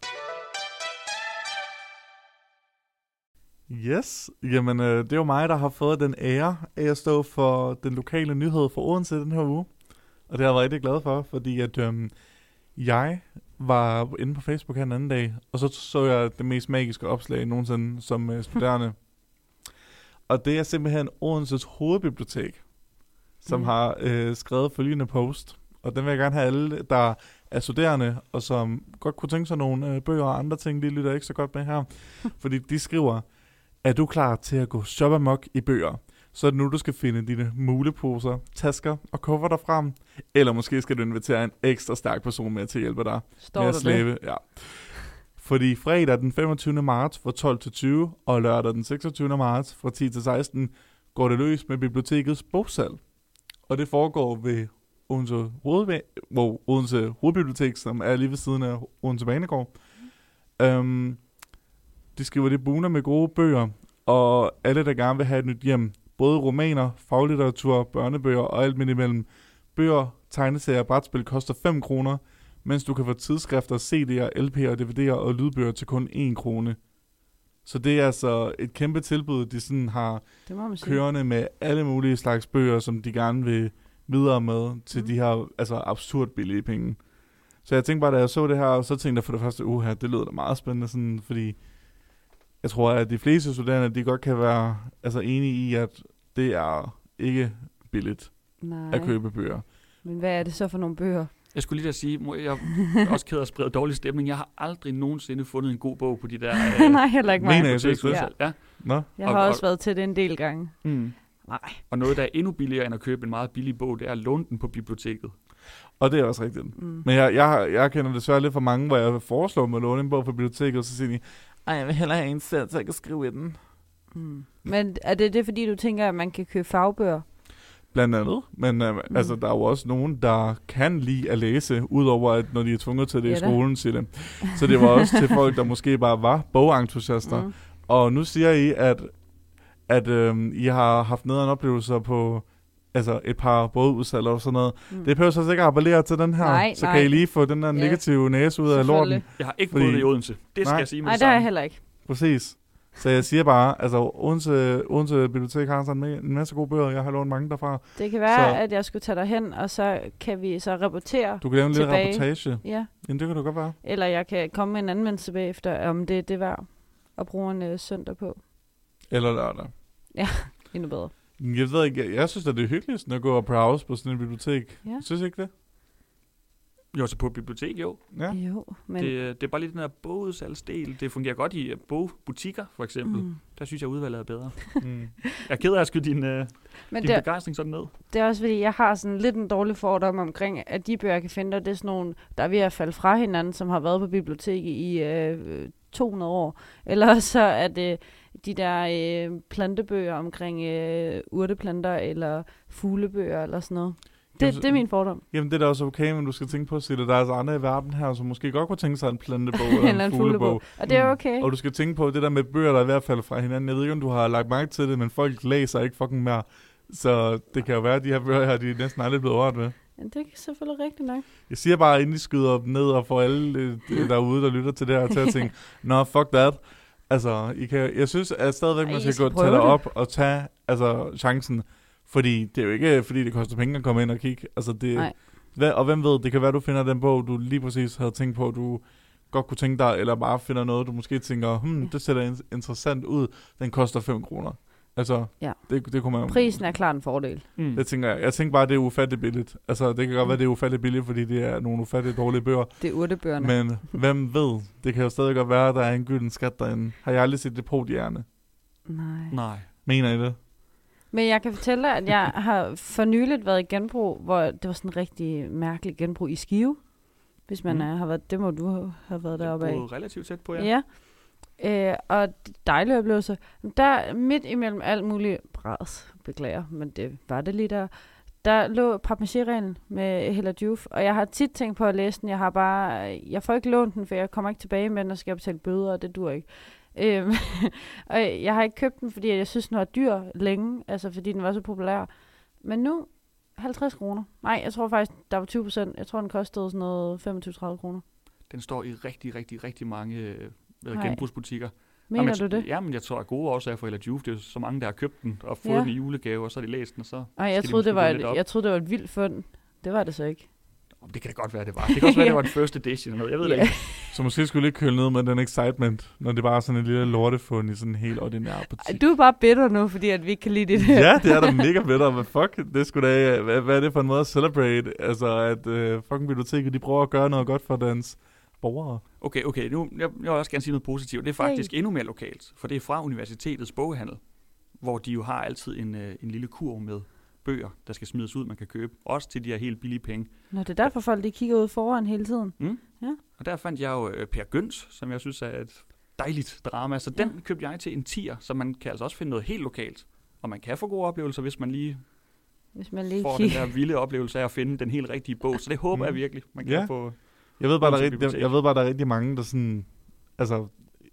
Speaker 1: Yes, jamen øh, det er jo mig, der har fået den ære af at stå for den lokale nyhed for Odense den her uge. Og det har jeg været rigtig glad for, fordi at øh, jeg var inde på Facebook her en anden dag, og så så jeg det mest magiske opslag nogensinde som øh, studerende. Og det er simpelthen Odenses hovedbibliotek, som mm. har øh, skrevet følgende post. Og den vil jeg gerne have alle, der er studerende, og som godt kunne tænke sig nogle øh, bøger og andre ting, de lytter ikke så godt med her. Fordi de skriver, er du klar til at gå shop amok i bøger? Så er det nu, du skal finde dine muleposer, tasker og kufferter frem. Eller måske skal du invitere en ekstra stærk person med til at hjælpe dig
Speaker 2: Står
Speaker 1: med at slæbe. Ja. Fordi fredag den femogtyvende marts fra tolv til tyve og lørdag den seksogtyvende marts fra ti til seksten går det løs med bibliotekets bogsalg. Og det foregår ved Odense, Hovedvæ- hvor Odense Hovedbibliotek, som er lige ved siden af Odense Banegård. Um, de skriver det buner med gode bøger, og alle, der gerne vil have et nyt hjem. Både romaner, faglitteratur, børnebøger og alt midt imellem. Bøger, tegneserier og brætspil koster fem kroner, mens du kan få tidsskrifter, C D'er, L P'er, D V D'er og lydbøger til kun en krone. Så det er altså et kæmpe tilbud, de sådan har kørende med alle mulige slags bøger, som de gerne vil videre med til mm. de her altså absurd billige penge. Så jeg tænkte bare, da jeg så det her, så tænkte jeg for det første, uh, det lyder da meget spændende, sådan, fordi jeg tror, at de fleste studerende, de godt kan være altså, enige i, at det er ikke billigt
Speaker 2: Nej.
Speaker 1: At købe bøger.
Speaker 2: Men hvad er det så for nogle bøger?
Speaker 3: Jeg skulle lige da sige, må jeg er også ked af at sprede dårlig stemning. Jeg har aldrig nogensinde fundet en god bog på de der...
Speaker 2: Øh, Nej, heller ikke mig.
Speaker 1: Mener jeg det?
Speaker 3: Ja. Ja.
Speaker 1: Nå?
Speaker 2: Jeg har
Speaker 3: og,
Speaker 2: også
Speaker 3: og,
Speaker 2: været til det en del gange.
Speaker 3: Mm.
Speaker 2: Nej.
Speaker 3: Og noget, der er endnu billigere end at købe en meget billig bog, det er at låne den på biblioteket.
Speaker 1: Og det er også rigtigt.
Speaker 2: Mm.
Speaker 1: Men jeg, jeg, jeg kender desværre lidt for mange, hvor jeg foreslår mig at låne en bog på biblioteket, og så siger de, ej, jeg vil hellere have en selv, så jeg kan skrive i den.
Speaker 2: Mm. Men er det det, fordi du tænker, at man kan købe fagbøger?
Speaker 1: Blandt andet. Men øh, mm. altså, der er jo også nogen, der kan lide at læse, udover at når de er tvunget til det ja, i skolen, siger det. Så det var også til folk, der måske bare var bogentusiaster. Mm. Og nu siger I, at, at øh, I har haft nederen oplevelser på altså et par bådudsalg og sådan noget. Mm. Det behøver så sikkert appellere til den her.
Speaker 2: Nej,
Speaker 1: så
Speaker 2: nej.
Speaker 1: kan I lige få den der negative næse ud af lorten.
Speaker 3: Jeg har ikke boet i Odense. Det skal
Speaker 1: nej.
Speaker 3: jeg sige med
Speaker 2: Nej,
Speaker 3: det
Speaker 2: det har jeg
Speaker 3: samme.
Speaker 2: heller ikke.
Speaker 1: Præcis. Så jeg siger bare, altså Odense, Odense Bibliotek har sådan en masse gode bøger, jeg har lånt mange derfra.
Speaker 2: Det kan være,
Speaker 1: så
Speaker 2: at jeg skulle tage dig hen, og så kan vi så rapportere.
Speaker 1: Du kan lave en lille
Speaker 2: tilbage.
Speaker 1: reportage.
Speaker 2: Ja.
Speaker 1: Jamen, det kan du godt være.
Speaker 2: Eller jeg kan komme med en anmeldelse bagefter, om det er det værd at bruge en øh, søndag på.
Speaker 1: Eller lørdag.
Speaker 2: Ja, endnu bedre.
Speaker 1: Jeg ved ikke, jeg, jeg synes, at det er hyggeligt sådan at gå og browse på sådan en bibliotek.
Speaker 2: Ja.
Speaker 1: Synes I ikke det?
Speaker 3: Jo, så på bibliotek, jo.
Speaker 2: Ja. Jo, men...
Speaker 3: Det, det er bare lidt den her bogudsalgsdel. Det fungerer godt i bogbutikker, for eksempel. Mm. Der synes jeg, udvalget er bedre. mm. Jeg er ked af at skyde din, uh, din det, begejstring sådan ned.
Speaker 2: Det er også fordi, jeg har sådan lidt en dårlig fordom omkring, at de bøger, jeg kan finde, det er sådan nogle, der er ved at falde fra hinanden, som har været på biblioteket i øh, to hundrede år. Eller så er det de der øh, plantebøger omkring øh, urteplanter, eller fuglebøger, eller sådan noget. Det, jamen, det er min fordom.
Speaker 1: Jamen, det er da også okay, men du skal tænke på, at der er altså andre i verden her, som måske godt kunne tænke sig en plantebog eller, eller en fuglebog.
Speaker 2: Og det er okay.
Speaker 1: Mm. Og du skal tænke på, det der med bøger, der er i hvert fald fra hinanden. Jeg ved ikke, om du har lagt mærke til det, men folk læser ikke fucking mere. Så det kan jo være, at de her bøger her, de er næsten aldrig blevet rørt med.
Speaker 2: Ja, det er selvfølgelig rigtigt nok.
Speaker 1: Jeg siger bare, inden de skyder op ned og får alle øh, derude, der lytter til det her, til at tænke, nå, fuck that. Altså, I kan, jeg synes at stadigvæk, man skal, skal gå tage op og tage altså, chancen. Fordi det er jo ikke, fordi det koster penge at komme ind og kigge. Altså det, hvad, og hvem ved, det kan være, at du finder den bog, du lige præcis havde tænkt på, at du godt kunne tænke dig, eller bare finder noget, du måske tænker, hmm, det ser da interessant ud, den koster fem kroner. Altså,
Speaker 2: ja.
Speaker 1: det, det kunne man...
Speaker 2: Prisen er klart en fordel.
Speaker 1: Mm. Det tænker jeg. Jeg tænker bare, at det er ufatteligt billigt. Altså, det kan godt mm. være, det er ufatteligt billigt, fordi det er nogle ufatteligt dårlige bøger.
Speaker 2: Det er urtebøgerne.
Speaker 1: Men hvem ved, det kan jo stadig godt være, at der er en gylden skat derinde. Har jeg aldrig set det på hjerne?
Speaker 2: Nej.
Speaker 3: Nej.
Speaker 1: Mener I det?
Speaker 2: Men jeg kan fortælle dig, at jeg har for nyligt været i genbrug, hvor det var sådan en rigtig mærkelig genbrug i Skive. Hvis man mm. er, har været, det må du have været deroppe af.
Speaker 3: Det er relativt tæt på, ja.
Speaker 2: Ja. Øh, og dejlige oplevelser. Der midt imellem alt muligt bræds, beklager, men det var det lige der. Der lå papmaché-reglen med Hella Juf, og jeg har tit tænkt på at læse den. Jeg har bare, jeg får ikke lånt den, for jeg kommer ikke tilbage med den, og skal jeg betale bøder, og det dur ikke. Øhm, og jeg har ikke købt den, fordi jeg synes, den var dyr længe, altså fordi den var så populær. Men nu, halvtreds kroner. Nej, jeg tror faktisk, der var tyve procent. Jeg tror, den kostede sådan noget femogtyve til tredive kroner.
Speaker 3: Den står i rigtig, rigtig, rigtig mange øh, genbrugsbutikker.
Speaker 2: Mener
Speaker 3: Jamen,
Speaker 2: du det?
Speaker 3: Ja, men jeg tror, at gode årsager for Hella Juf, det er så mange, der har købt den og fået ja. den i julegave, og så har de læst den, og så
Speaker 2: Ej, jeg troede,
Speaker 3: de
Speaker 2: det var et, jeg troede, det var et vildt fund. Det var det så ikke.
Speaker 3: Det kan det godt være, det var. Det kan også være, det var en first edition eller noget. Jeg ved
Speaker 2: yeah.
Speaker 3: det ikke.
Speaker 1: Så måske skulle ikke køle ned med den excitement, når det bare er sådan en lille lortefund i sådan en helt ordinær butik.
Speaker 2: Du er bare bitter nu, fordi at vi ikke kan lide det.
Speaker 1: Ja, det er da mega bitter. Men fuck, det skulle da, hvad, hvad er det for en måde at celebrate? Altså, at uh, fucking biblioteket, de prøver at gøre noget godt for deres borgere.
Speaker 3: Okay, okay. Nu, jeg, jeg vil også gerne sige noget positivt. Det er faktisk hey. endnu mere lokalt, for det er fra universitetets boghandel, hvor de jo har altid en, uh, en lille kurv med bøger, der skal smides ud, man kan købe. Også til de her helt billige penge.
Speaker 2: Nå, det er derfor folk, de kigger ud foran hele tiden.
Speaker 3: Mm.
Speaker 2: Ja.
Speaker 3: Og der fandt jeg jo uh, Per Gyns, som jeg synes er et dejligt drama. Så ja. den købte jeg til en tier, så man kan altså også finde noget helt lokalt. Og man kan få gode oplevelser, hvis man lige
Speaker 2: Hvis man lige
Speaker 3: får den der vilde oplevelse af at finde den helt rigtige bog. Så det håber jeg virkelig, man kan
Speaker 1: Ja.
Speaker 3: få.
Speaker 1: Jeg ved bare, der er
Speaker 3: til
Speaker 1: rigtig, jeg,
Speaker 3: bibliotek.
Speaker 1: jeg ved bare, der er rigtig mange, der sådan, altså,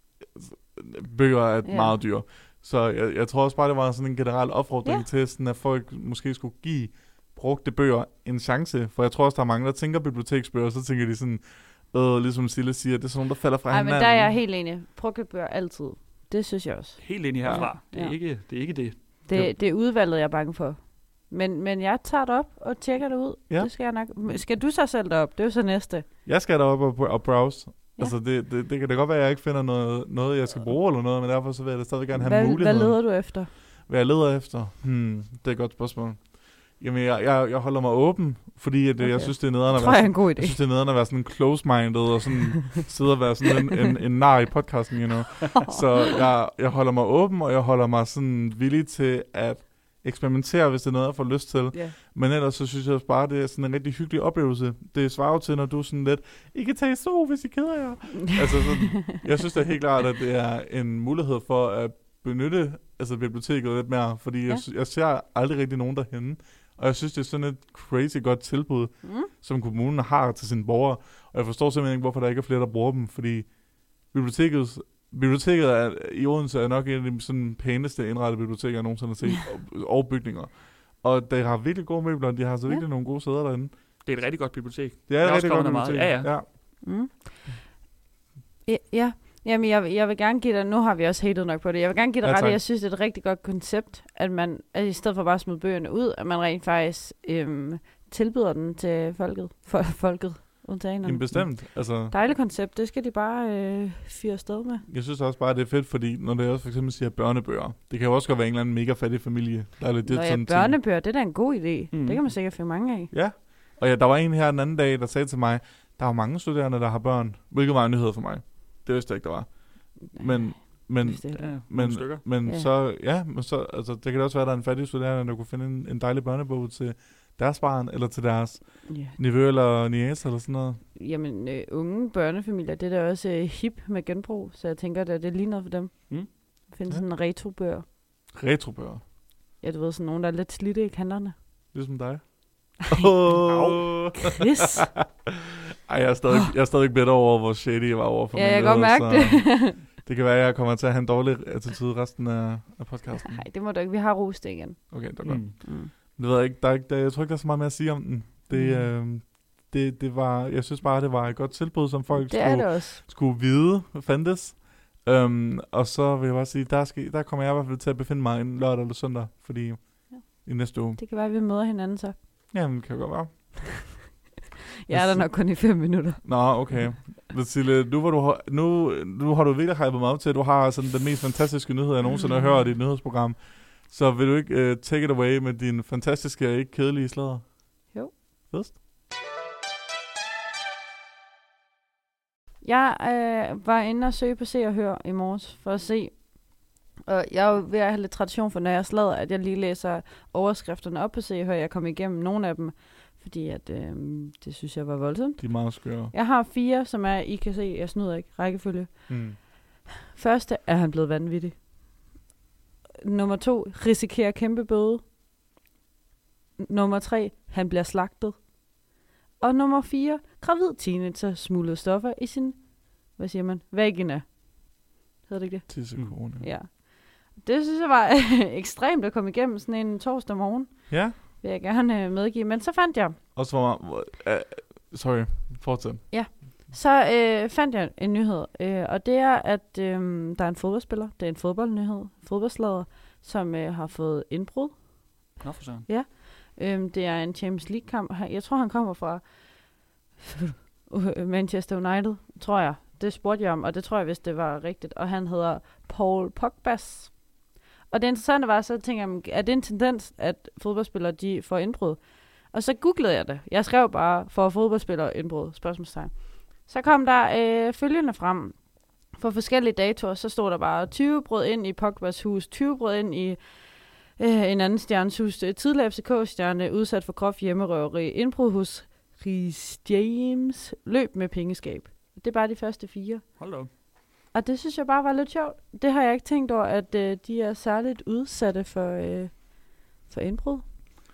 Speaker 1: bøger er
Speaker 2: Ja.
Speaker 1: meget dyre. Så jeg, jeg tror også bare, det var sådan en generel opfordring
Speaker 2: Ja.
Speaker 1: til, sådan, at folk måske skulle give brugte bøger en chance. For jeg tror også, der er mange, der tænker biblioteksbøger, så tænker de sådan, øh, ligesom Sille siger, det er sådan nogle, der falder fra
Speaker 2: Nej,
Speaker 1: hinanden.
Speaker 2: men der er jeg helt enig. Brugte bøger altid. Det synes jeg også.
Speaker 3: Helt ind i herfra.
Speaker 2: Ja.
Speaker 3: Det, er
Speaker 2: Ja.
Speaker 3: ikke, det er ikke det.
Speaker 2: Det, det er udvalget, jeg er bange for. Men, men jeg tager det op og tjekker det ud.
Speaker 1: Ja.
Speaker 2: Det skal jeg nok. Skal du så selv derop? Det er jo så næste.
Speaker 1: Jeg skal derop og, og browse.
Speaker 2: Ja.
Speaker 1: Ja. Altså, det, det, det kan da godt være, at jeg ikke finder noget, noget jeg skal bruge eller noget, men derfor så vil jeg da stadig gerne have
Speaker 2: Hvad, hvad
Speaker 1: muligheden.
Speaker 2: leder du efter?
Speaker 1: Hvad jeg leder efter? Hmm, det er et godt spørgsmål. Jamen, jeg, jeg, jeg holder mig åben, fordi at, okay. jeg
Speaker 2: Okay.
Speaker 1: synes, det er nederen
Speaker 2: Det
Speaker 1: at
Speaker 2: tror
Speaker 1: være
Speaker 2: jeg er en god
Speaker 1: Jeg
Speaker 2: idé.
Speaker 1: synes, det er nederen at være sådan close-minded og sådan sidde og være sådan en, en, en nar i podcasten, you know. Så jeg, jeg holder mig åben, og jeg holder mig sådan villig til at eksperimentere, hvis det er noget, jeg får lyst til.
Speaker 2: Ja.
Speaker 1: Men ellers så synes jeg også bare, det er sådan en rigtig hyggelig oplevelse. Det svarer jo til, når du er sådan lidt, I kan tage i sol, hvis I keder jer. Altså sådan, jeg synes da helt klart, at det er en mulighed for at benytte altså biblioteket lidt mere, fordi
Speaker 2: Ja.
Speaker 1: jeg, sy- jeg ser aldrig rigtig nogen derhenne. Og jeg synes, det er sådan et crazy godt tilbud,
Speaker 2: Mm.
Speaker 1: som kommunen har til sine borgere. Og jeg forstår simpelthen ikke, hvorfor der ikke er flere, der bruger dem, fordi biblioteket, biblioteket er, i Odense er nok en af de sådan pæneste indrettede biblioteker, jeg nogensinde har set, og, og bygninger. Og de har virkelig gode møbler, og de har så virkelig ja. nogle gode sæder derinde.
Speaker 3: Det er et rigtig godt bibliotek.
Speaker 1: Det er
Speaker 3: Jeg
Speaker 1: et
Speaker 3: er
Speaker 1: rigtig
Speaker 3: også
Speaker 1: godt
Speaker 3: kommet der
Speaker 1: bibliotek.
Speaker 3: meget. Ja, ja.
Speaker 2: Mm. Ja, ja. Jamen, jeg, jeg vil gerne give dig, nu har vi også hatet nok på det, jeg vil gerne give dig
Speaker 1: Ja,
Speaker 2: ret, i,
Speaker 1: tak.
Speaker 2: jeg synes, det er et rigtig godt koncept, at man, at i stedet for bare at smide bøgerne ud, at man rent faktisk øhm, tilbyder den til folket, for, folket, undtagen.
Speaker 1: Jamen bestemt. Altså,
Speaker 2: Dejligt koncept, det skal de bare øh, fyre afsted med.
Speaker 1: jeg synes også bare, det er fedt, fordi når det også for eksempel siger børnebøger, det kan jo også godt være en eller anden mega fattig familie, der er lidt
Speaker 2: Nå
Speaker 1: det
Speaker 2: ja,
Speaker 1: sådan
Speaker 2: børnebøger, det er da en god idé.
Speaker 3: Mm.
Speaker 2: Mm. Det kan man sikkert få mange af.
Speaker 1: Ja, og ja, der var en her den anden dag, der sagde til mig, der er jo mange studerende, der har børn, hvilket var en nyhed for mig. Det vidste jeg ikke, der var. Men, men,
Speaker 2: Hvis det er
Speaker 3: Ja,
Speaker 2: det.
Speaker 1: men,
Speaker 3: nogle stykker.
Speaker 1: men
Speaker 2: Ja.
Speaker 1: så, ja, men så, altså, det kan da også være, at der er en fattig studerende, der kunne finde en, en dejlig børnebog til deres barn, eller til deres
Speaker 2: Ja.
Speaker 1: nevø eller niece, eller sådan noget.
Speaker 2: Jamen, øh, unge børnefamilier, det er da også øh, hip med genbrug, så jeg tænker, at det er lige noget for dem.
Speaker 3: Mm.
Speaker 2: Finde
Speaker 1: Ja.
Speaker 2: sådan en retrobøger.
Speaker 1: Retrobøger,
Speaker 2: Ja, du ved, sådan nogen, der er lidt slidte i kanterne.
Speaker 1: ligesom dig.
Speaker 3: Au.
Speaker 1: Oh.
Speaker 2: Chris.
Speaker 1: Ej, jeg er stadig, jeg er stadig bitter over, hvor shady jeg var over for
Speaker 2: Ja,
Speaker 1: min
Speaker 2: jeg kan godt
Speaker 1: leder,
Speaker 2: mærke
Speaker 1: så
Speaker 2: det.
Speaker 1: det kan være, at jeg kommer til at have en dårlig attitude resten af, af podcasten.
Speaker 2: Nej, det må du ikke. Vi har rost det igen.
Speaker 1: Okay, det er godt.
Speaker 3: Mm.
Speaker 2: Mm.
Speaker 1: Det ved jeg ikke. Der er ikke der, jeg tror ikke, der er så meget mere at sige om den. Det,
Speaker 2: Mm.
Speaker 1: øh, det, det var, jeg synes bare, det var et godt tilbud, som folk
Speaker 2: Det er
Speaker 1: skulle,
Speaker 2: det også.
Speaker 1: skulle vide fandtes. Um, og så vil jeg bare sige, der, skal, der kommer jeg i hvert fald til at befinde mig en lørdag eller søndag, fordi ja. i næste uge.
Speaker 2: Det kan være, at vi møder hinanden så.
Speaker 1: Jamen, det kan godt være.
Speaker 2: Jeg er der nok kun i fem minutter.
Speaker 1: Nå, okay. Vasile, nu, hvor du har, nu, nu har du virkelig hypet mig op til, at du har sådan den mest fantastiske nyhed, jeg nogensinde har hørt i et nyhedsprogram. Så vil du ikke uh, take it away med din fantastiske og ikke kedelige sladder?
Speaker 2: Jo.
Speaker 1: Fedest?
Speaker 2: Jeg øh, var inde og søge på Se og Hør i morges for at se. Og jeg er jo ved at have lidt tradition for, når jeg sladder, at jeg lige læser overskrifterne op på Se og Hør. Jeg kom igennem nogle af dem, fordi at, øh, det synes jeg var voldsomt.
Speaker 1: De er meget skøre.
Speaker 2: Jeg har fire, som er, I kan se, jeg snyder ikke, rækkefølge.
Speaker 1: Mm.
Speaker 2: Første, er han blevet vanvittig. Nummer to, risikerer kæmpe bøde. Nummer tre, han bliver slagtet. Og nummer fire, gravid teenager smuglede stoffer i sin, hvad siger man, vagina. Hedder det ikke det?
Speaker 1: Tissekone.
Speaker 2: Ja. Det synes jeg var ekstremt at komme igennem sådan en torsdag morgen,
Speaker 1: Ja.
Speaker 2: vil jeg gerne øh, medgive. Men så fandt jeg,
Speaker 1: Og så var uh, sorry, fortsæt.
Speaker 2: så øh, fandt jeg en nyhed, øh, og det er, at øh, der er en fodboldspiller, det er en fodboldnyhed, fodboldslader, som øh, har fået indbrud.
Speaker 3: Nå for søren.
Speaker 2: Øhm, det er en Champions League-kamp. Han- Jeg tror, han kommer fra Manchester United, tror jeg. Det spurgte jeg om, og det tror jeg, hvis det var rigtigt. Og han hedder Paul Pogbas. Og det interessante var, så tænker jeg, er det en tendens, at fodboldspillere de får indbrud? Og så googlede jeg det. Jeg skrev bare, for fodboldspillere indbrud, spørgsmålstegn. Så kom der øh, følgende frem. For forskellige datoer, så stod der bare tyve brød ind i Pogbas hus, tyve brød ind i Øh, en anden stjernes hus. Tidligere F C K-stjerne udsat for groft hjemmerøveri. Indbrud hos Rhys James. Løb med pengeskab. Det er bare de første fire.
Speaker 3: Hold da op.
Speaker 2: Og det synes jeg bare var lidt sjovt. Det har jeg ikke tænkt over, at øh, de er særligt udsatte for, øh, for indbrud.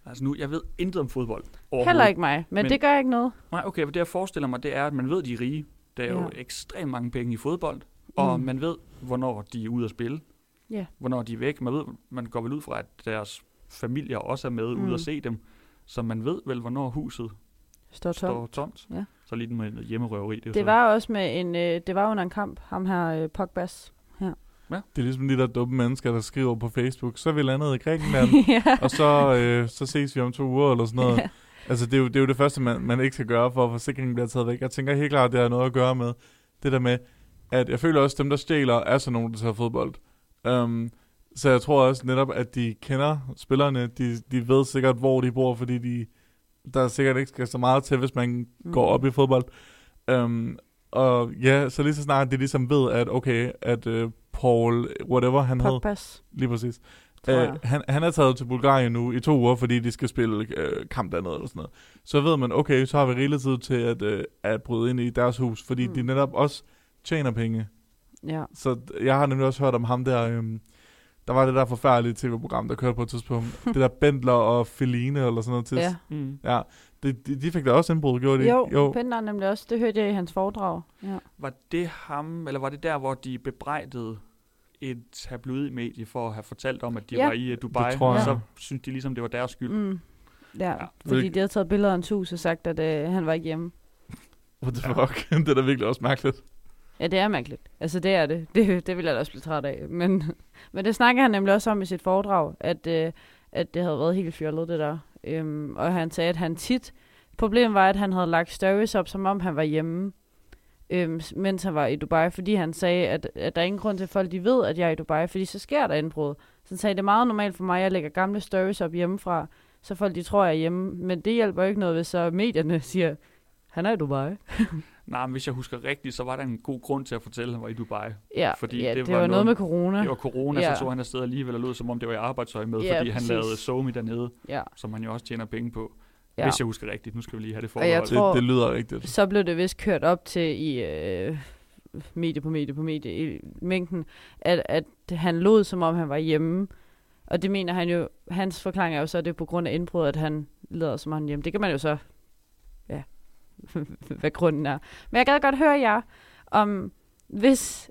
Speaker 3: Altså nu, jeg ved intet om fodbold overhovedet.
Speaker 2: Heller ikke mig, men, men det gør ikke noget.
Speaker 3: Nej, okay, det jeg forestiller mig, det er, at man ved, at de er rige. Der er jo
Speaker 2: Ja.
Speaker 3: ekstremt mange penge i fodbold, og
Speaker 2: Mm.
Speaker 3: man ved, hvornår de er ude at spille.
Speaker 2: Ja.
Speaker 3: Hvornår de er væk. Man ved, man går vel ud fra, at deres familier også er med
Speaker 2: Mm.
Speaker 3: ude at se dem. Så man ved vel, hvornår huset
Speaker 2: Står tom.
Speaker 3: står tomt.
Speaker 2: Ja.
Speaker 3: Så lige med noget hjemmerøveri. Det, er jo
Speaker 2: Det
Speaker 3: så.
Speaker 2: var også med en, øh, det var under en kamp, ham her øh, Pogbas.
Speaker 1: Det er ligesom de der dumme mennesker, der skriver på Facebook, så er vi landet i Grækenland,
Speaker 2: ja.
Speaker 1: og så, øh, så ses vi om to uger eller sådan noget.
Speaker 2: Ja.
Speaker 1: Altså, det er, jo, det er jo det første, man, man ikke skal gøre, for at forsikringen bliver taget væk. Jeg tænker helt klart, at det har noget at gøre med det der med, at jeg føler også, at dem, der stjæler, er sådan nogen, der tager fodbold. Um, så jeg tror også netop, at de kender spillerne. De, de ved sikkert, hvor de bor, fordi de, der sikkert ikke skal så meget til, hvis man mm. går op i fodbold. Um, og ja, så lige så snart de ligesom ved, at okay, at uh, Paul, whatever han hed,
Speaker 2: Pogbas,
Speaker 1: lige præcis,
Speaker 2: tror
Speaker 1: Uh,
Speaker 2: jeg.
Speaker 1: han, han er taget til Bulgarien nu i to uger, fordi de skal spille uh, kamp dernede eller sådan noget. Så ved man, okay, så har vi rigelig tid til at, uh, at bryde ind i deres hus, fordi
Speaker 2: Mm.
Speaker 1: de netop også tjener penge.
Speaker 2: Ja.
Speaker 1: Så d- jeg har nemlig også hørt om ham der, um, der var det der forfærdelige tv-program, der kørte på et tidspunkt. det der Bendler og Feline eller sådan noget til.
Speaker 2: Ja.
Speaker 3: Mm.
Speaker 1: Ja, de, de, de fik da også indbrud, gjorde de
Speaker 2: Jo,
Speaker 1: ikke? Jo.
Speaker 2: Pendler nemlig også. Det hørte jeg i hans foredrag. Ja.
Speaker 3: Var det ham, eller var det der, hvor de bebrejdede et tabloidmedie for at have fortalt om, at de
Speaker 2: Ja.
Speaker 3: var i uh, Dubai?
Speaker 1: Det tror
Speaker 2: jeg.
Speaker 3: Så synes de ligesom, det var deres skyld.
Speaker 2: Mm. Ja,
Speaker 3: Ja.
Speaker 2: fordi
Speaker 1: Hvilke-
Speaker 2: de havde taget billeder af hans hus og sagt, at øh, han var ikke hjemme.
Speaker 1: What the fuck? det er da virkelig også mærkeligt.
Speaker 2: Ja, det er mærkeligt. Altså, det er det. Det, det vil jeg da også blive træt af. Men, men det snakker han nemlig også om i sit foredrag, at, øh, at det havde været helt fjollet, det der. Øhm, og han sagde, at han tit... Problemet var, at han havde lagt stories op, som om han var hjemme, øhm, mens han var i Dubai, fordi han sagde, at, at der er ingen grund til, at folk de ved, at jeg er i Dubai, fordi så sker der indbrud. Så han sagde, det er meget normalt for mig, at jeg lægger gamle stories op hjemmefra, så folk de tror, jeg er hjemme. Men det hjælper ikke noget, hvis så medierne siger, han er i Dubai.
Speaker 3: Nej, men hvis jeg husker rigtigt, så var der en god grund til at fortælle, at han var i Dubai.
Speaker 2: Ja,
Speaker 3: Fordi
Speaker 2: ja
Speaker 3: det
Speaker 2: det,
Speaker 3: var
Speaker 2: var, noget
Speaker 3: noget-
Speaker 2: med corona.
Speaker 3: Det var corona,
Speaker 2: Ja.
Speaker 3: så tog han afsted alligevel og lød, som om det var i arbejdstøj med,
Speaker 2: Ja,
Speaker 3: fordi han
Speaker 2: præcis.
Speaker 3: lavede somi dernede,
Speaker 2: Ja.
Speaker 3: som han jo også tjener penge på.
Speaker 2: Ja.
Speaker 3: Hvis jeg husker rigtigt. Nu skal vi lige have det
Speaker 2: Og jeg
Speaker 3: forbeholdt.
Speaker 2: tror-
Speaker 1: Det, det lyder rigtigt.
Speaker 2: Så blev det vist kørt op til i øh, medie på medie på medie i mængden, at, at han lod, som om han var hjemme. Og det mener han jo, hans forklaring er jo så, at det er på grund af indbrud, at han lader, som om han er hjemme. Det kan man jo så, ja, hvad grunden er. Men jeg gad godt høre jer, om hvis,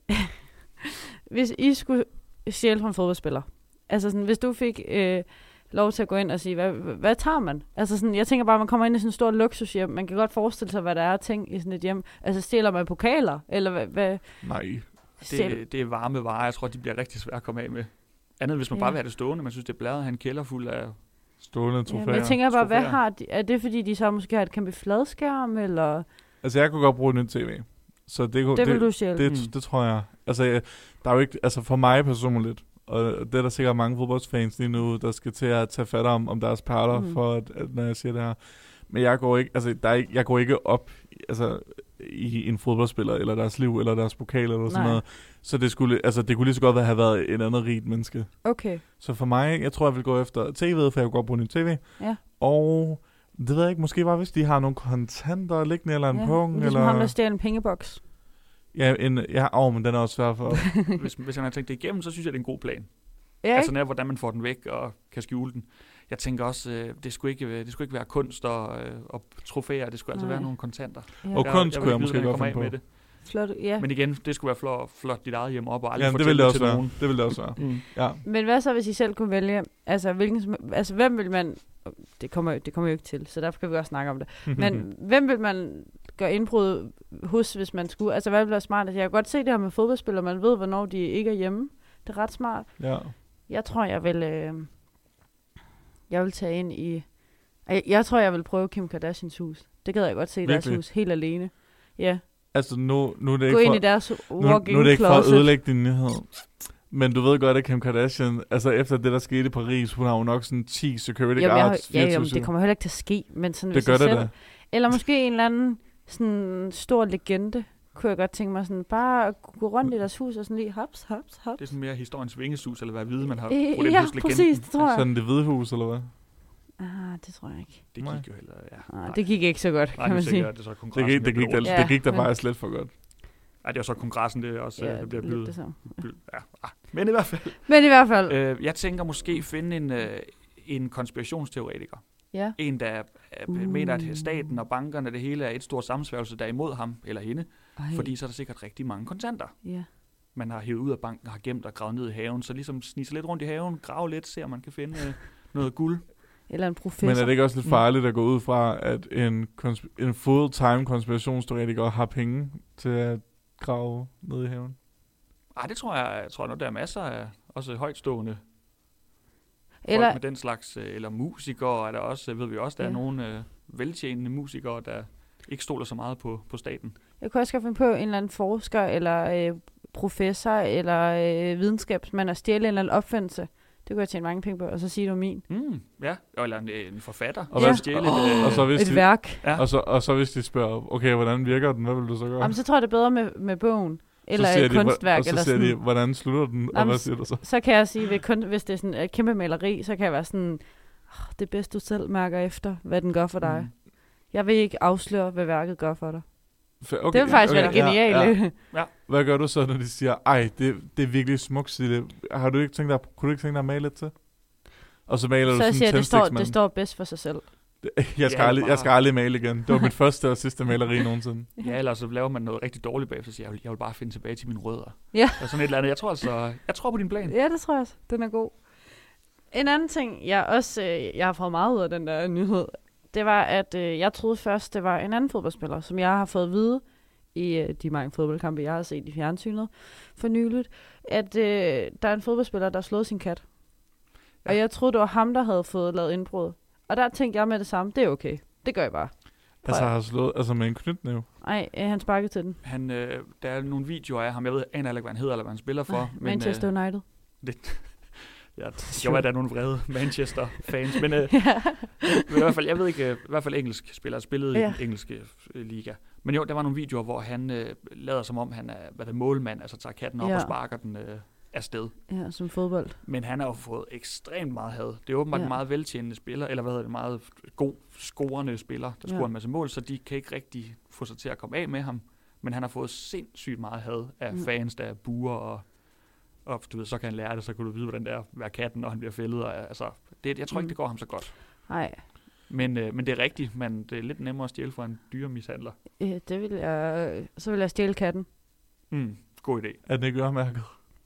Speaker 2: hvis I skulle stjæle fra en fodboldspiller. Altså sådan, hvis du fik øh, lov til at gå ind og sige, hvad, hvad tager man? Altså sådan, jeg tænker bare, at man kommer ind i sådan en stor luksushjem. Man kan godt forestille sig, hvad der er ting i sådan et hjem. Altså stjæler man pokaler? Eller hvad? hvad
Speaker 1: Nej.
Speaker 2: stjæl-
Speaker 3: Det, det er varme varer. Jeg tror, de bliver rigtig svære at komme af med. Andet hvis man
Speaker 2: Ja.
Speaker 3: bare vil have det stående. Man synes, det er bladret at have en kælder fuld af...
Speaker 1: Stående
Speaker 2: Ja,
Speaker 1: trofæer.
Speaker 2: men jeg tænker bare, hvad
Speaker 3: Trofæer.
Speaker 2: har de? Er det fordi, de så måske har et kæmpe fladskærm, eller
Speaker 1: Altså, jeg kunne godt bruge et nyt tv. Så det, kunne,
Speaker 2: det vil
Speaker 1: det,
Speaker 2: du stjæle?
Speaker 1: det,
Speaker 3: Mm.
Speaker 1: det, det tror jeg. Altså, jeg- der er jo ikke... Altså, for mig personligt, og det er der sikkert mange fodboldsfans lige nu, der skal til at tage fat om, om deres perler,
Speaker 2: Mm.
Speaker 1: mm. for at, at, når jeg siger det her. Men jeg går ikke, altså, der er ikke, jeg går ikke op altså, i en fodboldspiller, eller deres liv, eller deres pokal, eller sådan
Speaker 2: Nej.
Speaker 1: noget. Så det skulle, altså, det kunne lige så godt have været en andet rigt menneske.
Speaker 2: Okay.
Speaker 1: Så for mig, jeg tror, jeg vil gå efter tv'et, for jeg kunne godt bruge en tv.
Speaker 2: Ja.
Speaker 1: Og det ved jeg ikke, måske bare hvis de har nogle kontanter liggende, eller en
Speaker 2: Ja,
Speaker 1: pung,
Speaker 2: ligesom
Speaker 1: eller...
Speaker 2: ham, der stjæler en pengeboks.
Speaker 1: Ja, en, ja åh, men den er også svær for...
Speaker 3: hvis, hvis han har tænkt det igennem, så synes jeg, det er en god plan.
Speaker 2: Ja,
Speaker 3: Altså
Speaker 2: ikke?
Speaker 3: nær, hvordan man får den væk og kan skjule den. Jeg tænker også, øh, det, skulle ikke, det skulle ikke være kunst og, øh, og trofæer. Det skulle altså
Speaker 2: Nej.
Speaker 3: være nogle kontanter.
Speaker 2: Ja.
Speaker 1: Og
Speaker 3: Jeg-
Speaker 1: kunst
Speaker 3: jeg
Speaker 1: kunne
Speaker 3: vil
Speaker 1: jeg
Speaker 3: ikke
Speaker 1: måske
Speaker 3: vide,
Speaker 1: godt
Speaker 3: hvordan jeg
Speaker 1: finde
Speaker 3: kommer
Speaker 1: på.
Speaker 3: af med det.
Speaker 2: Flot, ja.
Speaker 3: Men igen, det skulle være flot, flot dit eget hjem op og aldrig
Speaker 1: Ja, det
Speaker 3: fortælle
Speaker 1: ville det også
Speaker 3: til
Speaker 1: være.
Speaker 3: nogen.
Speaker 1: Det ville det også være.
Speaker 3: Mm.
Speaker 1: Ja.
Speaker 2: Men hvad så, hvis I selv kunne vælge? Altså, hvilken, som- altså hvem vil man... Det kommer, jo- det kommer jo ikke til, så derfor kan vi også snakke om det. Men hvem vil man gøre indbrud hos, hvis man skulle? Altså, hvad vil være smart? Altså, jeg kan godt se det her med fodboldspillere, man ved, hvornår de ikke er hjemme. Det er ret smart.
Speaker 1: ja.
Speaker 2: Jeg tror, jeg vil... Øh, jeg vil tage ind i... Jeg, jeg tror, jeg vil prøve Kim Kardashians hus. Det gad jeg godt se i deres
Speaker 1: Virkelig?
Speaker 2: hus, helt alene. Ja,
Speaker 1: Altså, nu, nu er det
Speaker 2: gå
Speaker 1: ikke
Speaker 2: ind
Speaker 1: for...
Speaker 2: i deres
Speaker 1: Nu,
Speaker 2: walk-in
Speaker 1: nu er det ikke for at
Speaker 2: closet.
Speaker 1: ødelægge din nyhed. Men du ved godt, at Kim Kardashian, altså efter det, der skete i Paris, hun har jo nok sådan ti security
Speaker 2: Jamen, jeg,
Speaker 1: guards.
Speaker 2: har- ja, jamen,
Speaker 1: fireogtyve
Speaker 2: det kommer heller ikke til at ske, men sådan
Speaker 1: Det
Speaker 2: hvis
Speaker 1: gør
Speaker 2: jeg
Speaker 1: det
Speaker 2: selv,
Speaker 1: da.
Speaker 2: Eller måske en eller anden sådan stor legende, kunne jeg godt tænke mig sådan, bare gå rundt i deres hus og sådan lige hops, hops, hops.
Speaker 3: Det er sådan mere historiens vingesus, eller hvad vide, man har
Speaker 2: Øh,
Speaker 3: brugt ind
Speaker 2: ja,
Speaker 3: hos legenden.
Speaker 2: præcis, det tror jeg.
Speaker 1: Sådan det hvide hus, eller hvad?
Speaker 2: Ah, det tror jeg ikke.
Speaker 3: Det
Speaker 1: Nej.
Speaker 3: gik jo heller, ja.
Speaker 2: Ah, det gik ikke så godt,
Speaker 3: Nej,
Speaker 2: kan man
Speaker 3: det,
Speaker 2: sige.
Speaker 3: sikkert, det er så
Speaker 1: Det
Speaker 3: kongressen.
Speaker 1: gik, det gik,
Speaker 3: blev-
Speaker 1: det,
Speaker 2: Ja,
Speaker 1: det gik der
Speaker 2: men-
Speaker 1: faktisk lidt for godt.
Speaker 3: Nej, det er jo så kongressen, det er også,
Speaker 2: Ja,
Speaker 3: ja, det bliver
Speaker 2: lidt
Speaker 3: blevet.
Speaker 2: det samme.
Speaker 3: Ja. Ah, men i hvert fald.
Speaker 2: Men i hvert fald,
Speaker 3: Øh, jeg tænker måske finde en, øh, en konspirationsteoretiker.
Speaker 2: Ja.
Speaker 3: En, der er, er,
Speaker 2: Uh.
Speaker 3: mener, at staten og bankerne, det hele er et stort sammensværgelse, der er imod ham eller hende.
Speaker 2: Ej.
Speaker 3: Fordi så er der sikkert rigtig mange kontanter.
Speaker 2: Ja.
Speaker 3: Man har hævet ud af banken og har gemt og gravet ned i haven. Så ligesom snise lidt rundt i haven, grave lidt, se om man kan finde øh, noget guld.
Speaker 2: Eller en professor.
Speaker 1: Men er det ikke også lidt farligt at gå ud fra, at en, konsp- en full-time konspirationsteoretiker har penge til at grave ned i haven?
Speaker 3: Ej, det tror jeg, jeg tror, at der er masser af også højtstående
Speaker 2: Eller,
Speaker 3: folk med den slags, øh, eller musikere er der også, ved vi også, der
Speaker 2: ja.
Speaker 3: er nogle øh, veltjenende musikere, der ikke stoler så meget på, på staten.
Speaker 2: jeg kunne også godt finde på en eller anden forsker, eller øh, professor, eller øh, videnskabsmand at stjæle en eller anden opfindelse. Det kunne jeg tjene mange penge på, og så sige, det var min.
Speaker 3: Mm, ja, eller en, en forfatter.
Speaker 1: Og,
Speaker 2: Ja.
Speaker 1: hvad,
Speaker 3: Stjæle
Speaker 1: og,
Speaker 3: et, øh,
Speaker 1: og, så hvis
Speaker 2: Et
Speaker 1: de,
Speaker 2: værk.
Speaker 3: Ja.
Speaker 1: og, så, og så hvis de spørger, okay, hvordan virker den? Hvad vil du så gøre?
Speaker 2: Jamen, så tror jeg, det er bedre med, med bogen. Eller
Speaker 1: så siger
Speaker 2: et
Speaker 1: de,
Speaker 2: kunstværk.
Speaker 1: Og så
Speaker 2: eller
Speaker 1: siger
Speaker 2: sådan.
Speaker 1: de, hvordan slutter den? Og
Speaker 2: Jamen,
Speaker 1: hvad siger du så?
Speaker 2: Så kan jeg sige, ved kun, hvis det er sådan et kæmpe maleri, så kan jeg være sådan, oh, det er bedst, du selv mærker efter, hvad den gør for dig.
Speaker 3: Mm.
Speaker 2: Jeg vil ikke afsløre, hvad værket gør for dig.
Speaker 1: Okay,
Speaker 2: Okay, det vil faktisk
Speaker 1: okay,
Speaker 2: være genialt.
Speaker 1: ja,
Speaker 2: Ja,
Speaker 1: ja. Hvad gør du så, når de siger, ej, det, det er virkelig smukt, Sille. Har du ikke tænkt dig, kunne du ikke tænke dig at male lidt til? Og så maler
Speaker 2: så
Speaker 1: du
Speaker 2: jeg
Speaker 1: sådan
Speaker 2: siger,
Speaker 1: en
Speaker 2: det står,
Speaker 1: tændstiksmand.
Speaker 2: det står bedst for sig selv.
Speaker 1: Jeg skal,
Speaker 3: Ja,
Speaker 1: aldrig,
Speaker 3: bare-
Speaker 1: jeg skal aldrig male igen. Det var mit første og sidste maleri nogensinde.
Speaker 3: Ja, eller så laver man noget rigtig dårligt bagefter, så siger jeg, jeg vil, jeg vil bare finde tilbage til mine rødder.
Speaker 2: Ja.
Speaker 3: Og sådan et eller andet. Jeg tror altså, jeg tror på din plan.
Speaker 2: Ja, det tror jeg også. Den er god. En anden ting, jeg også øh, jeg har fået meget ud af den der nyhed, det var, at øh, jeg troede først, det var en anden fodboldspiller, som jeg har fået at vide i øh, de mange fodboldkampe, jeg har set i fjernsynet for nyligt, at øh, der er en fodboldspiller, der har slået sin kat. Ja. Og jeg troede, det var ham, der havde fået lavet indbrud. Og der tænkte jeg med det samme, det er okay. Det gør jeg bare.
Speaker 1: Altså har slået, altså med en knytnæve.
Speaker 2: Nej, øh, han sparkede til den.
Speaker 3: Han, øh, der er nogle videoer af ham. Jeg ved aner ikke, hvad han hedder, eller hvad han spiller for.
Speaker 2: Nej,
Speaker 3: men,
Speaker 2: Manchester
Speaker 3: øh,
Speaker 2: United.
Speaker 3: det, ja, det kan være, at der er nogle vrede Manchester-fans. Men øh,
Speaker 2: Ja.
Speaker 3: men i hvert fald, jeg ved ikke, øh, i hvert fald engelsk spiller, spillede
Speaker 2: Ja.
Speaker 3: i den engelske øh, liga. Men jo, der var nogle videoer, hvor han øh, lader som om, han er hvad det, målmand, altså tager katten op
Speaker 2: Ja.
Speaker 3: og sparker den øh, afsted.
Speaker 2: Ja, som fodbold.
Speaker 3: Men han har jo fået ekstremt meget had. Det er åbenbart
Speaker 2: Ja.
Speaker 3: en meget veltjenende spiller, eller hvad hedder det, meget god scorende spiller, der
Speaker 2: Ja.
Speaker 3: scorer en masse mål, så de kan ikke rigtig få sig til at komme af med ham. Men han har fået sindssygt meget had af
Speaker 2: Mm.
Speaker 3: fans, der buer, og, og du ved, så kan han lære det, så kan du vide, hvordan det er at være katten, når han bliver fældet. Og, altså, det, jeg tror ikke,
Speaker 2: Mm.
Speaker 3: det går ham så godt.
Speaker 2: Nej,
Speaker 3: Men, øh, men det er rigtigt, men det er lidt nemmere at stjæle fra en dyremishandler.
Speaker 2: øh, det vil jeg... Så vil jeg stjæle katten.
Speaker 3: Mm, god idé.
Speaker 1: Er den ikke øremærket?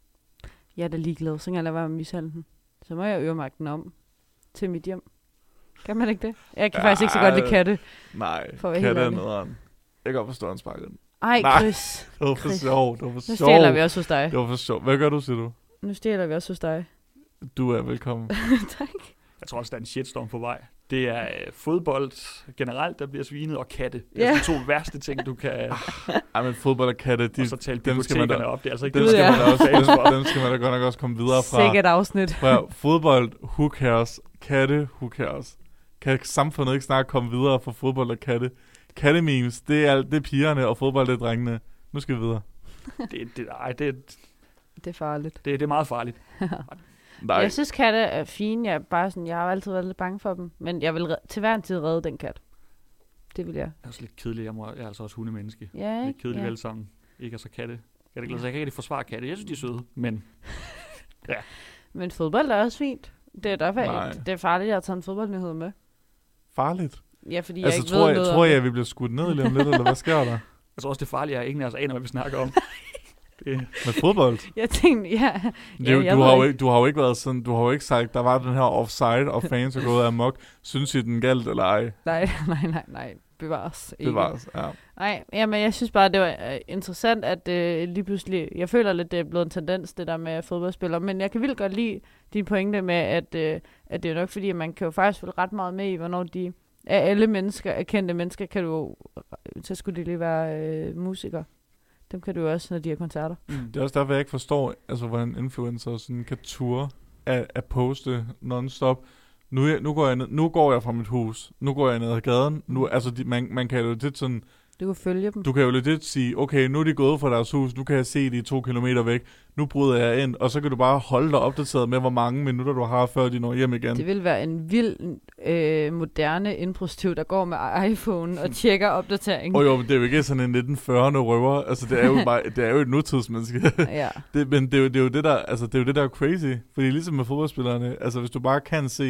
Speaker 2: Jeg er da ligeglad, så kan jeg lade være med at mishandle den. Så må jeg øremærke den om til mit hjem. Kan man ikke det? Jeg kan ja, faktisk ikke så godt lide katte.
Speaker 1: Nej,
Speaker 2: For at være helt
Speaker 1: katte er
Speaker 2: ærlig.
Speaker 1: nederen. Jeg kan godt forstå, at han sparker den.
Speaker 2: Ej,
Speaker 1: Nej.
Speaker 2: Chris.
Speaker 1: Det var for
Speaker 2: Chris.
Speaker 1: sjovt. Det var for
Speaker 2: Nu
Speaker 1: sjovt.
Speaker 2: stjæler vi også hos dig.
Speaker 1: Det var for sjovt. Hvad gør du, siger du?
Speaker 2: Nu stjæler vi også hos dig.
Speaker 1: Du er velkommen.
Speaker 2: Tak.
Speaker 3: Jeg tror også, der er en shitstorm på vej. Det er øh, fodbold generelt, der bliver svinet, og katte. Det
Speaker 2: Ja.
Speaker 3: er de to værste ting, du kan...
Speaker 1: Ej, men fodbold og katte, de,
Speaker 3: og så tale
Speaker 1: dem skal man da-
Speaker 3: bibliotekerne op. Det er altså ikke
Speaker 1: dem,
Speaker 3: det,
Speaker 1: skal
Speaker 2: Ja.
Speaker 1: man da også,
Speaker 3: fans for.
Speaker 1: dem, dem skal man da godt nok også komme videre fra.
Speaker 2: Sikkert afsnit.
Speaker 1: fra fodbold, who cares? Katte, who cares? Kan samfundet ikke snart komme videre fra fodbold og katte? Kattememes, det er, det er pigerne, og fodbold, det er drengene. Nu skal vi videre.
Speaker 3: Det, det, ej, det,
Speaker 2: Det er farligt.
Speaker 3: det, det er meget farligt.
Speaker 1: Nej,
Speaker 2: Jeg synes, katte er fine. Jeg, er bare sådan, jeg har altid været lidt bange for dem. Men jeg vil red- til hver en tid redde den kat. Det vil jeg.
Speaker 3: Jeg er også lidt kedelig. Jeg, må, jeg er altså også hundemenneske.
Speaker 2: Ja,
Speaker 3: Det er
Speaker 2: ikke?
Speaker 3: kedeligt
Speaker 2: Ja.
Speaker 3: vel sammen. Ikke er så katte. Jeg, er glad, så jeg kan ikke rigtig forsvare katte. Jeg synes, de er søde, men
Speaker 2: Men fodbold er også fint. Det er derfor,
Speaker 1: Nej.
Speaker 2: jeg, det er farligt, at jeg har taget en fodboldnyhed med.
Speaker 1: farligt.
Speaker 2: Ja, fordi
Speaker 1: Altså,
Speaker 2: jeg ikke
Speaker 1: tror
Speaker 2: ved
Speaker 1: jeg,
Speaker 2: noget
Speaker 1: tror
Speaker 2: om
Speaker 1: jeg, at vi bliver skudt ned lige om lidt, eller hvad sker der?
Speaker 3: jeg tror også, det er farligt, at ingen af os aner, hvad vi snakker om. Det,
Speaker 1: Med fodbold?
Speaker 2: det. Jeg tænkte, ja.
Speaker 1: Det,
Speaker 2: ja
Speaker 1: du,
Speaker 2: jeg
Speaker 1: du,
Speaker 2: ved
Speaker 1: har jo
Speaker 2: ikke.
Speaker 1: ikke, du har jo ikke været sådan, du har jo ikke sagt, der var den her offside, og fans er gået amok. Synes I, den galt, eller ej?
Speaker 2: Nej, nej, nej, nej. Bevares.
Speaker 1: Det var ja.
Speaker 2: Nej, jamen jeg synes bare, det var uh, interessant, at uh, lige pludselig, jeg føler lidt, det er blevet en tendens, det der med fodboldspillere, men jeg kan vildt godt lide din pointe med, at, uh, at det er nok fordi, at man kan jo faktisk følge ret meget med i, hvornår de, af alle mennesker, af kendte mennesker, kan du jo, så skulle de lige være uh, musikere. Dem kan du jo også, når de har koncerter.
Speaker 3: mm.
Speaker 1: Det er også derfor, jeg ikke forstår, altså, hvordan influencer sådan kan ture at, at poste non-stop. Nu, er- nu, går jeg ned, nu går jeg fra mit hus. Nu går jeg ned ad gaden. Nu, altså, de, man, man kan jo lidt sådan...
Speaker 2: Du kan følge dem.
Speaker 1: Du kan jo lidt sige, okay, nu er de gået fra deres hus. Nu kan jeg se, de er to kilometer væk. Nu bryder jeg ind. Og så kan du bare holde dig opdateret med, hvor mange minutter du har, før de når hjem igen.
Speaker 2: Det vil være en vild, øh, moderne indbrudstyv, der går med iPhone og tjekker opdatering.
Speaker 1: Og jo, men det er jo ikke sådan en nitten fyrrerne røver. Altså, det er jo, bare, det er jo et nutidsmenneske.
Speaker 2: Ja.
Speaker 1: Det, men det er, jo, det, er jo det, der, altså, det er jo det, der er crazy. Fordi ligesom med fodboldspillerne, altså hvis du bare kan se,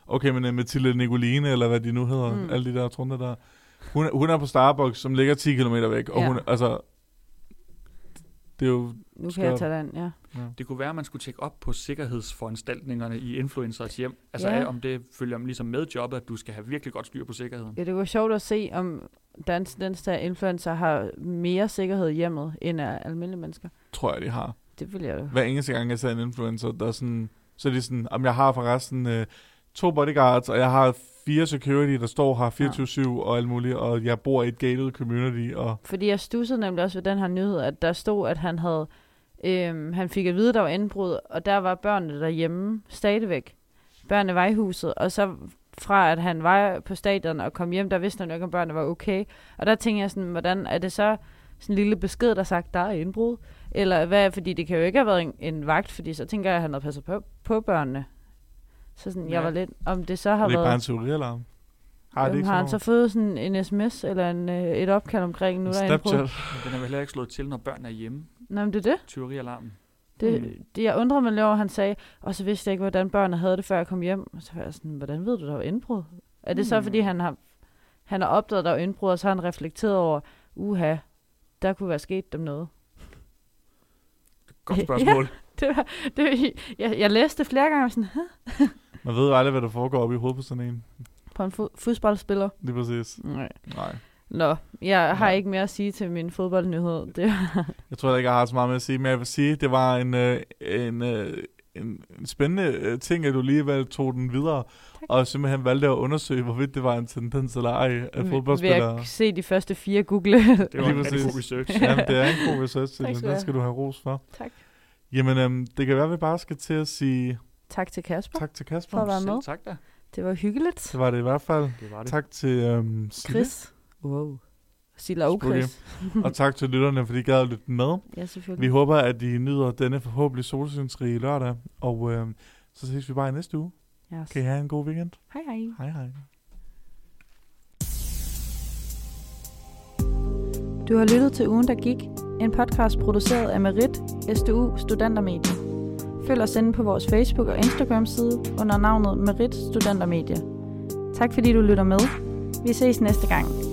Speaker 1: Okay, men uh, Mathilde Nicoline, eller hvad de nu hedder, mm. alle de der trunde der. Hun, hun er på Starbucks, som ligger ti kilometer væk, og ja. hun, altså, det er jo...
Speaker 2: Nu kan jeg tage den, ja.
Speaker 3: ja. Det kunne være, at man skulle tjekke op på sikkerhedsforanstaltningerne i influencers hjem. Altså,
Speaker 2: ja.
Speaker 3: om det følger ligesom med jobbet, at du skal have virkelig godt styr på sikkerheden.
Speaker 2: Ja, det var sjovt at se, om dans, dans der influencer har mere sikkerhed i hjemmet, end af almindelige mennesker.
Speaker 1: Tror jeg, de har.
Speaker 2: Det vil jeg jo.
Speaker 1: Hver eneste gang, jeg ser en influencer, der er sådan, så er de sådan, om jeg har forresten øh, to bodyguards, og jeg har fire security, der står her fireogtyve syv ja. og alt muligt, og jeg bor i et gated community. Og
Speaker 2: fordi jeg stussede nemlig også ved den her nyhed, at der stod, at han havde, øhm, han fik at vide, der var indbrud, og der var børnene derhjemme stadigvæk. Børnene var i huset, og så fra at han var på stadion og kom hjem, der vidste han jo ikke, om børnene var okay. Og der tænkte jeg sådan, hvordan er det så sådan en lille besked, der sagt, der er indbrud? Eller hvad, fordi det kan jo ikke have været en, en vagt, fordi så tænker jeg, at han havde passet på, på børnene. Så sådan, ja. jeg var lidt, om det så har
Speaker 1: det er
Speaker 2: været...
Speaker 1: bare en teorialarm. Har,
Speaker 2: Øhm, har han så fået sådan en sms eller en, øh, et opkald omkring, nu der er indbrud?
Speaker 3: Den er vel heller ikke slået til, når børn er hjemme.
Speaker 2: Nå, men det er det.
Speaker 3: Tyverialarmen.
Speaker 2: Det,
Speaker 3: mm.
Speaker 2: det, jeg undrer mig lidt over, han sagde, og så vidste jeg ikke, hvordan børnene havde det, før jeg kom hjem. Og så var jeg sådan, hvordan ved du, der var indbrud? Er det mm. så, fordi han har, han har opdaget, der var indbrud, og så har han reflekteret over, uha, der kunne være sket dem noget?
Speaker 3: Godt spørgsmål.
Speaker 2: ja, det var, det var, jeg, jeg læste flere gange, og sådan, Hæ?
Speaker 1: Man ved jo aldrig, hvad der foregår oppe i hovedet på sådan en.
Speaker 2: På en fo- fodboldspiller?
Speaker 1: Lige præcis.
Speaker 2: Nej.
Speaker 1: Nej.
Speaker 2: Nå, jeg har
Speaker 1: Nej.
Speaker 2: ikke mere at sige til min fodboldnyhed. Det
Speaker 1: jeg tror ikke, jeg har så meget med at sige, men jeg vil sige, det var en, øh, en, øh, en, en spændende øh, ting, at du alligevel tog den videre, tak. Og simpelthen valgte at undersøge, hvorvidt det var en tendens eller ej af fodboldspillere.
Speaker 2: Ved at se de første fire google.
Speaker 3: Det var en rigtig god research.
Speaker 1: Jamen, det er en god research, men den skal du have ros for.
Speaker 2: Tak.
Speaker 1: Jamen, øhm, det kan være, at vi bare skal til at sige...
Speaker 2: Tak til Kasper.
Speaker 1: Tak til Kasper.
Speaker 2: For at være med.
Speaker 3: Selv tak da.
Speaker 2: Det var hyggeligt.
Speaker 1: Det var det i hvert fald.
Speaker 3: Det var det.
Speaker 1: Tak til øhm, Sille.
Speaker 2: Chris. Wow. Silla og Chris.
Speaker 1: Og tak til lytterne, fordi I gad at lytte med.
Speaker 2: Ja, selvfølgelig.
Speaker 1: Vi håber, at I nyder denne forhåbentlig solsynsrige lørdag. Og øhm, så ses vi bare i næste uge.
Speaker 2: Yes.
Speaker 1: Kan I have en god weekend?
Speaker 2: Hej hej.
Speaker 1: Hej hej.
Speaker 2: Du har lyttet til Ugen, der gik. En podcast produceret af Merit, S D U Studentermedie. Følg os inde på vores Facebook- og Instagram-side under navnet Merit Studentermedie. Tak fordi du lytter med. Vi ses næste gang.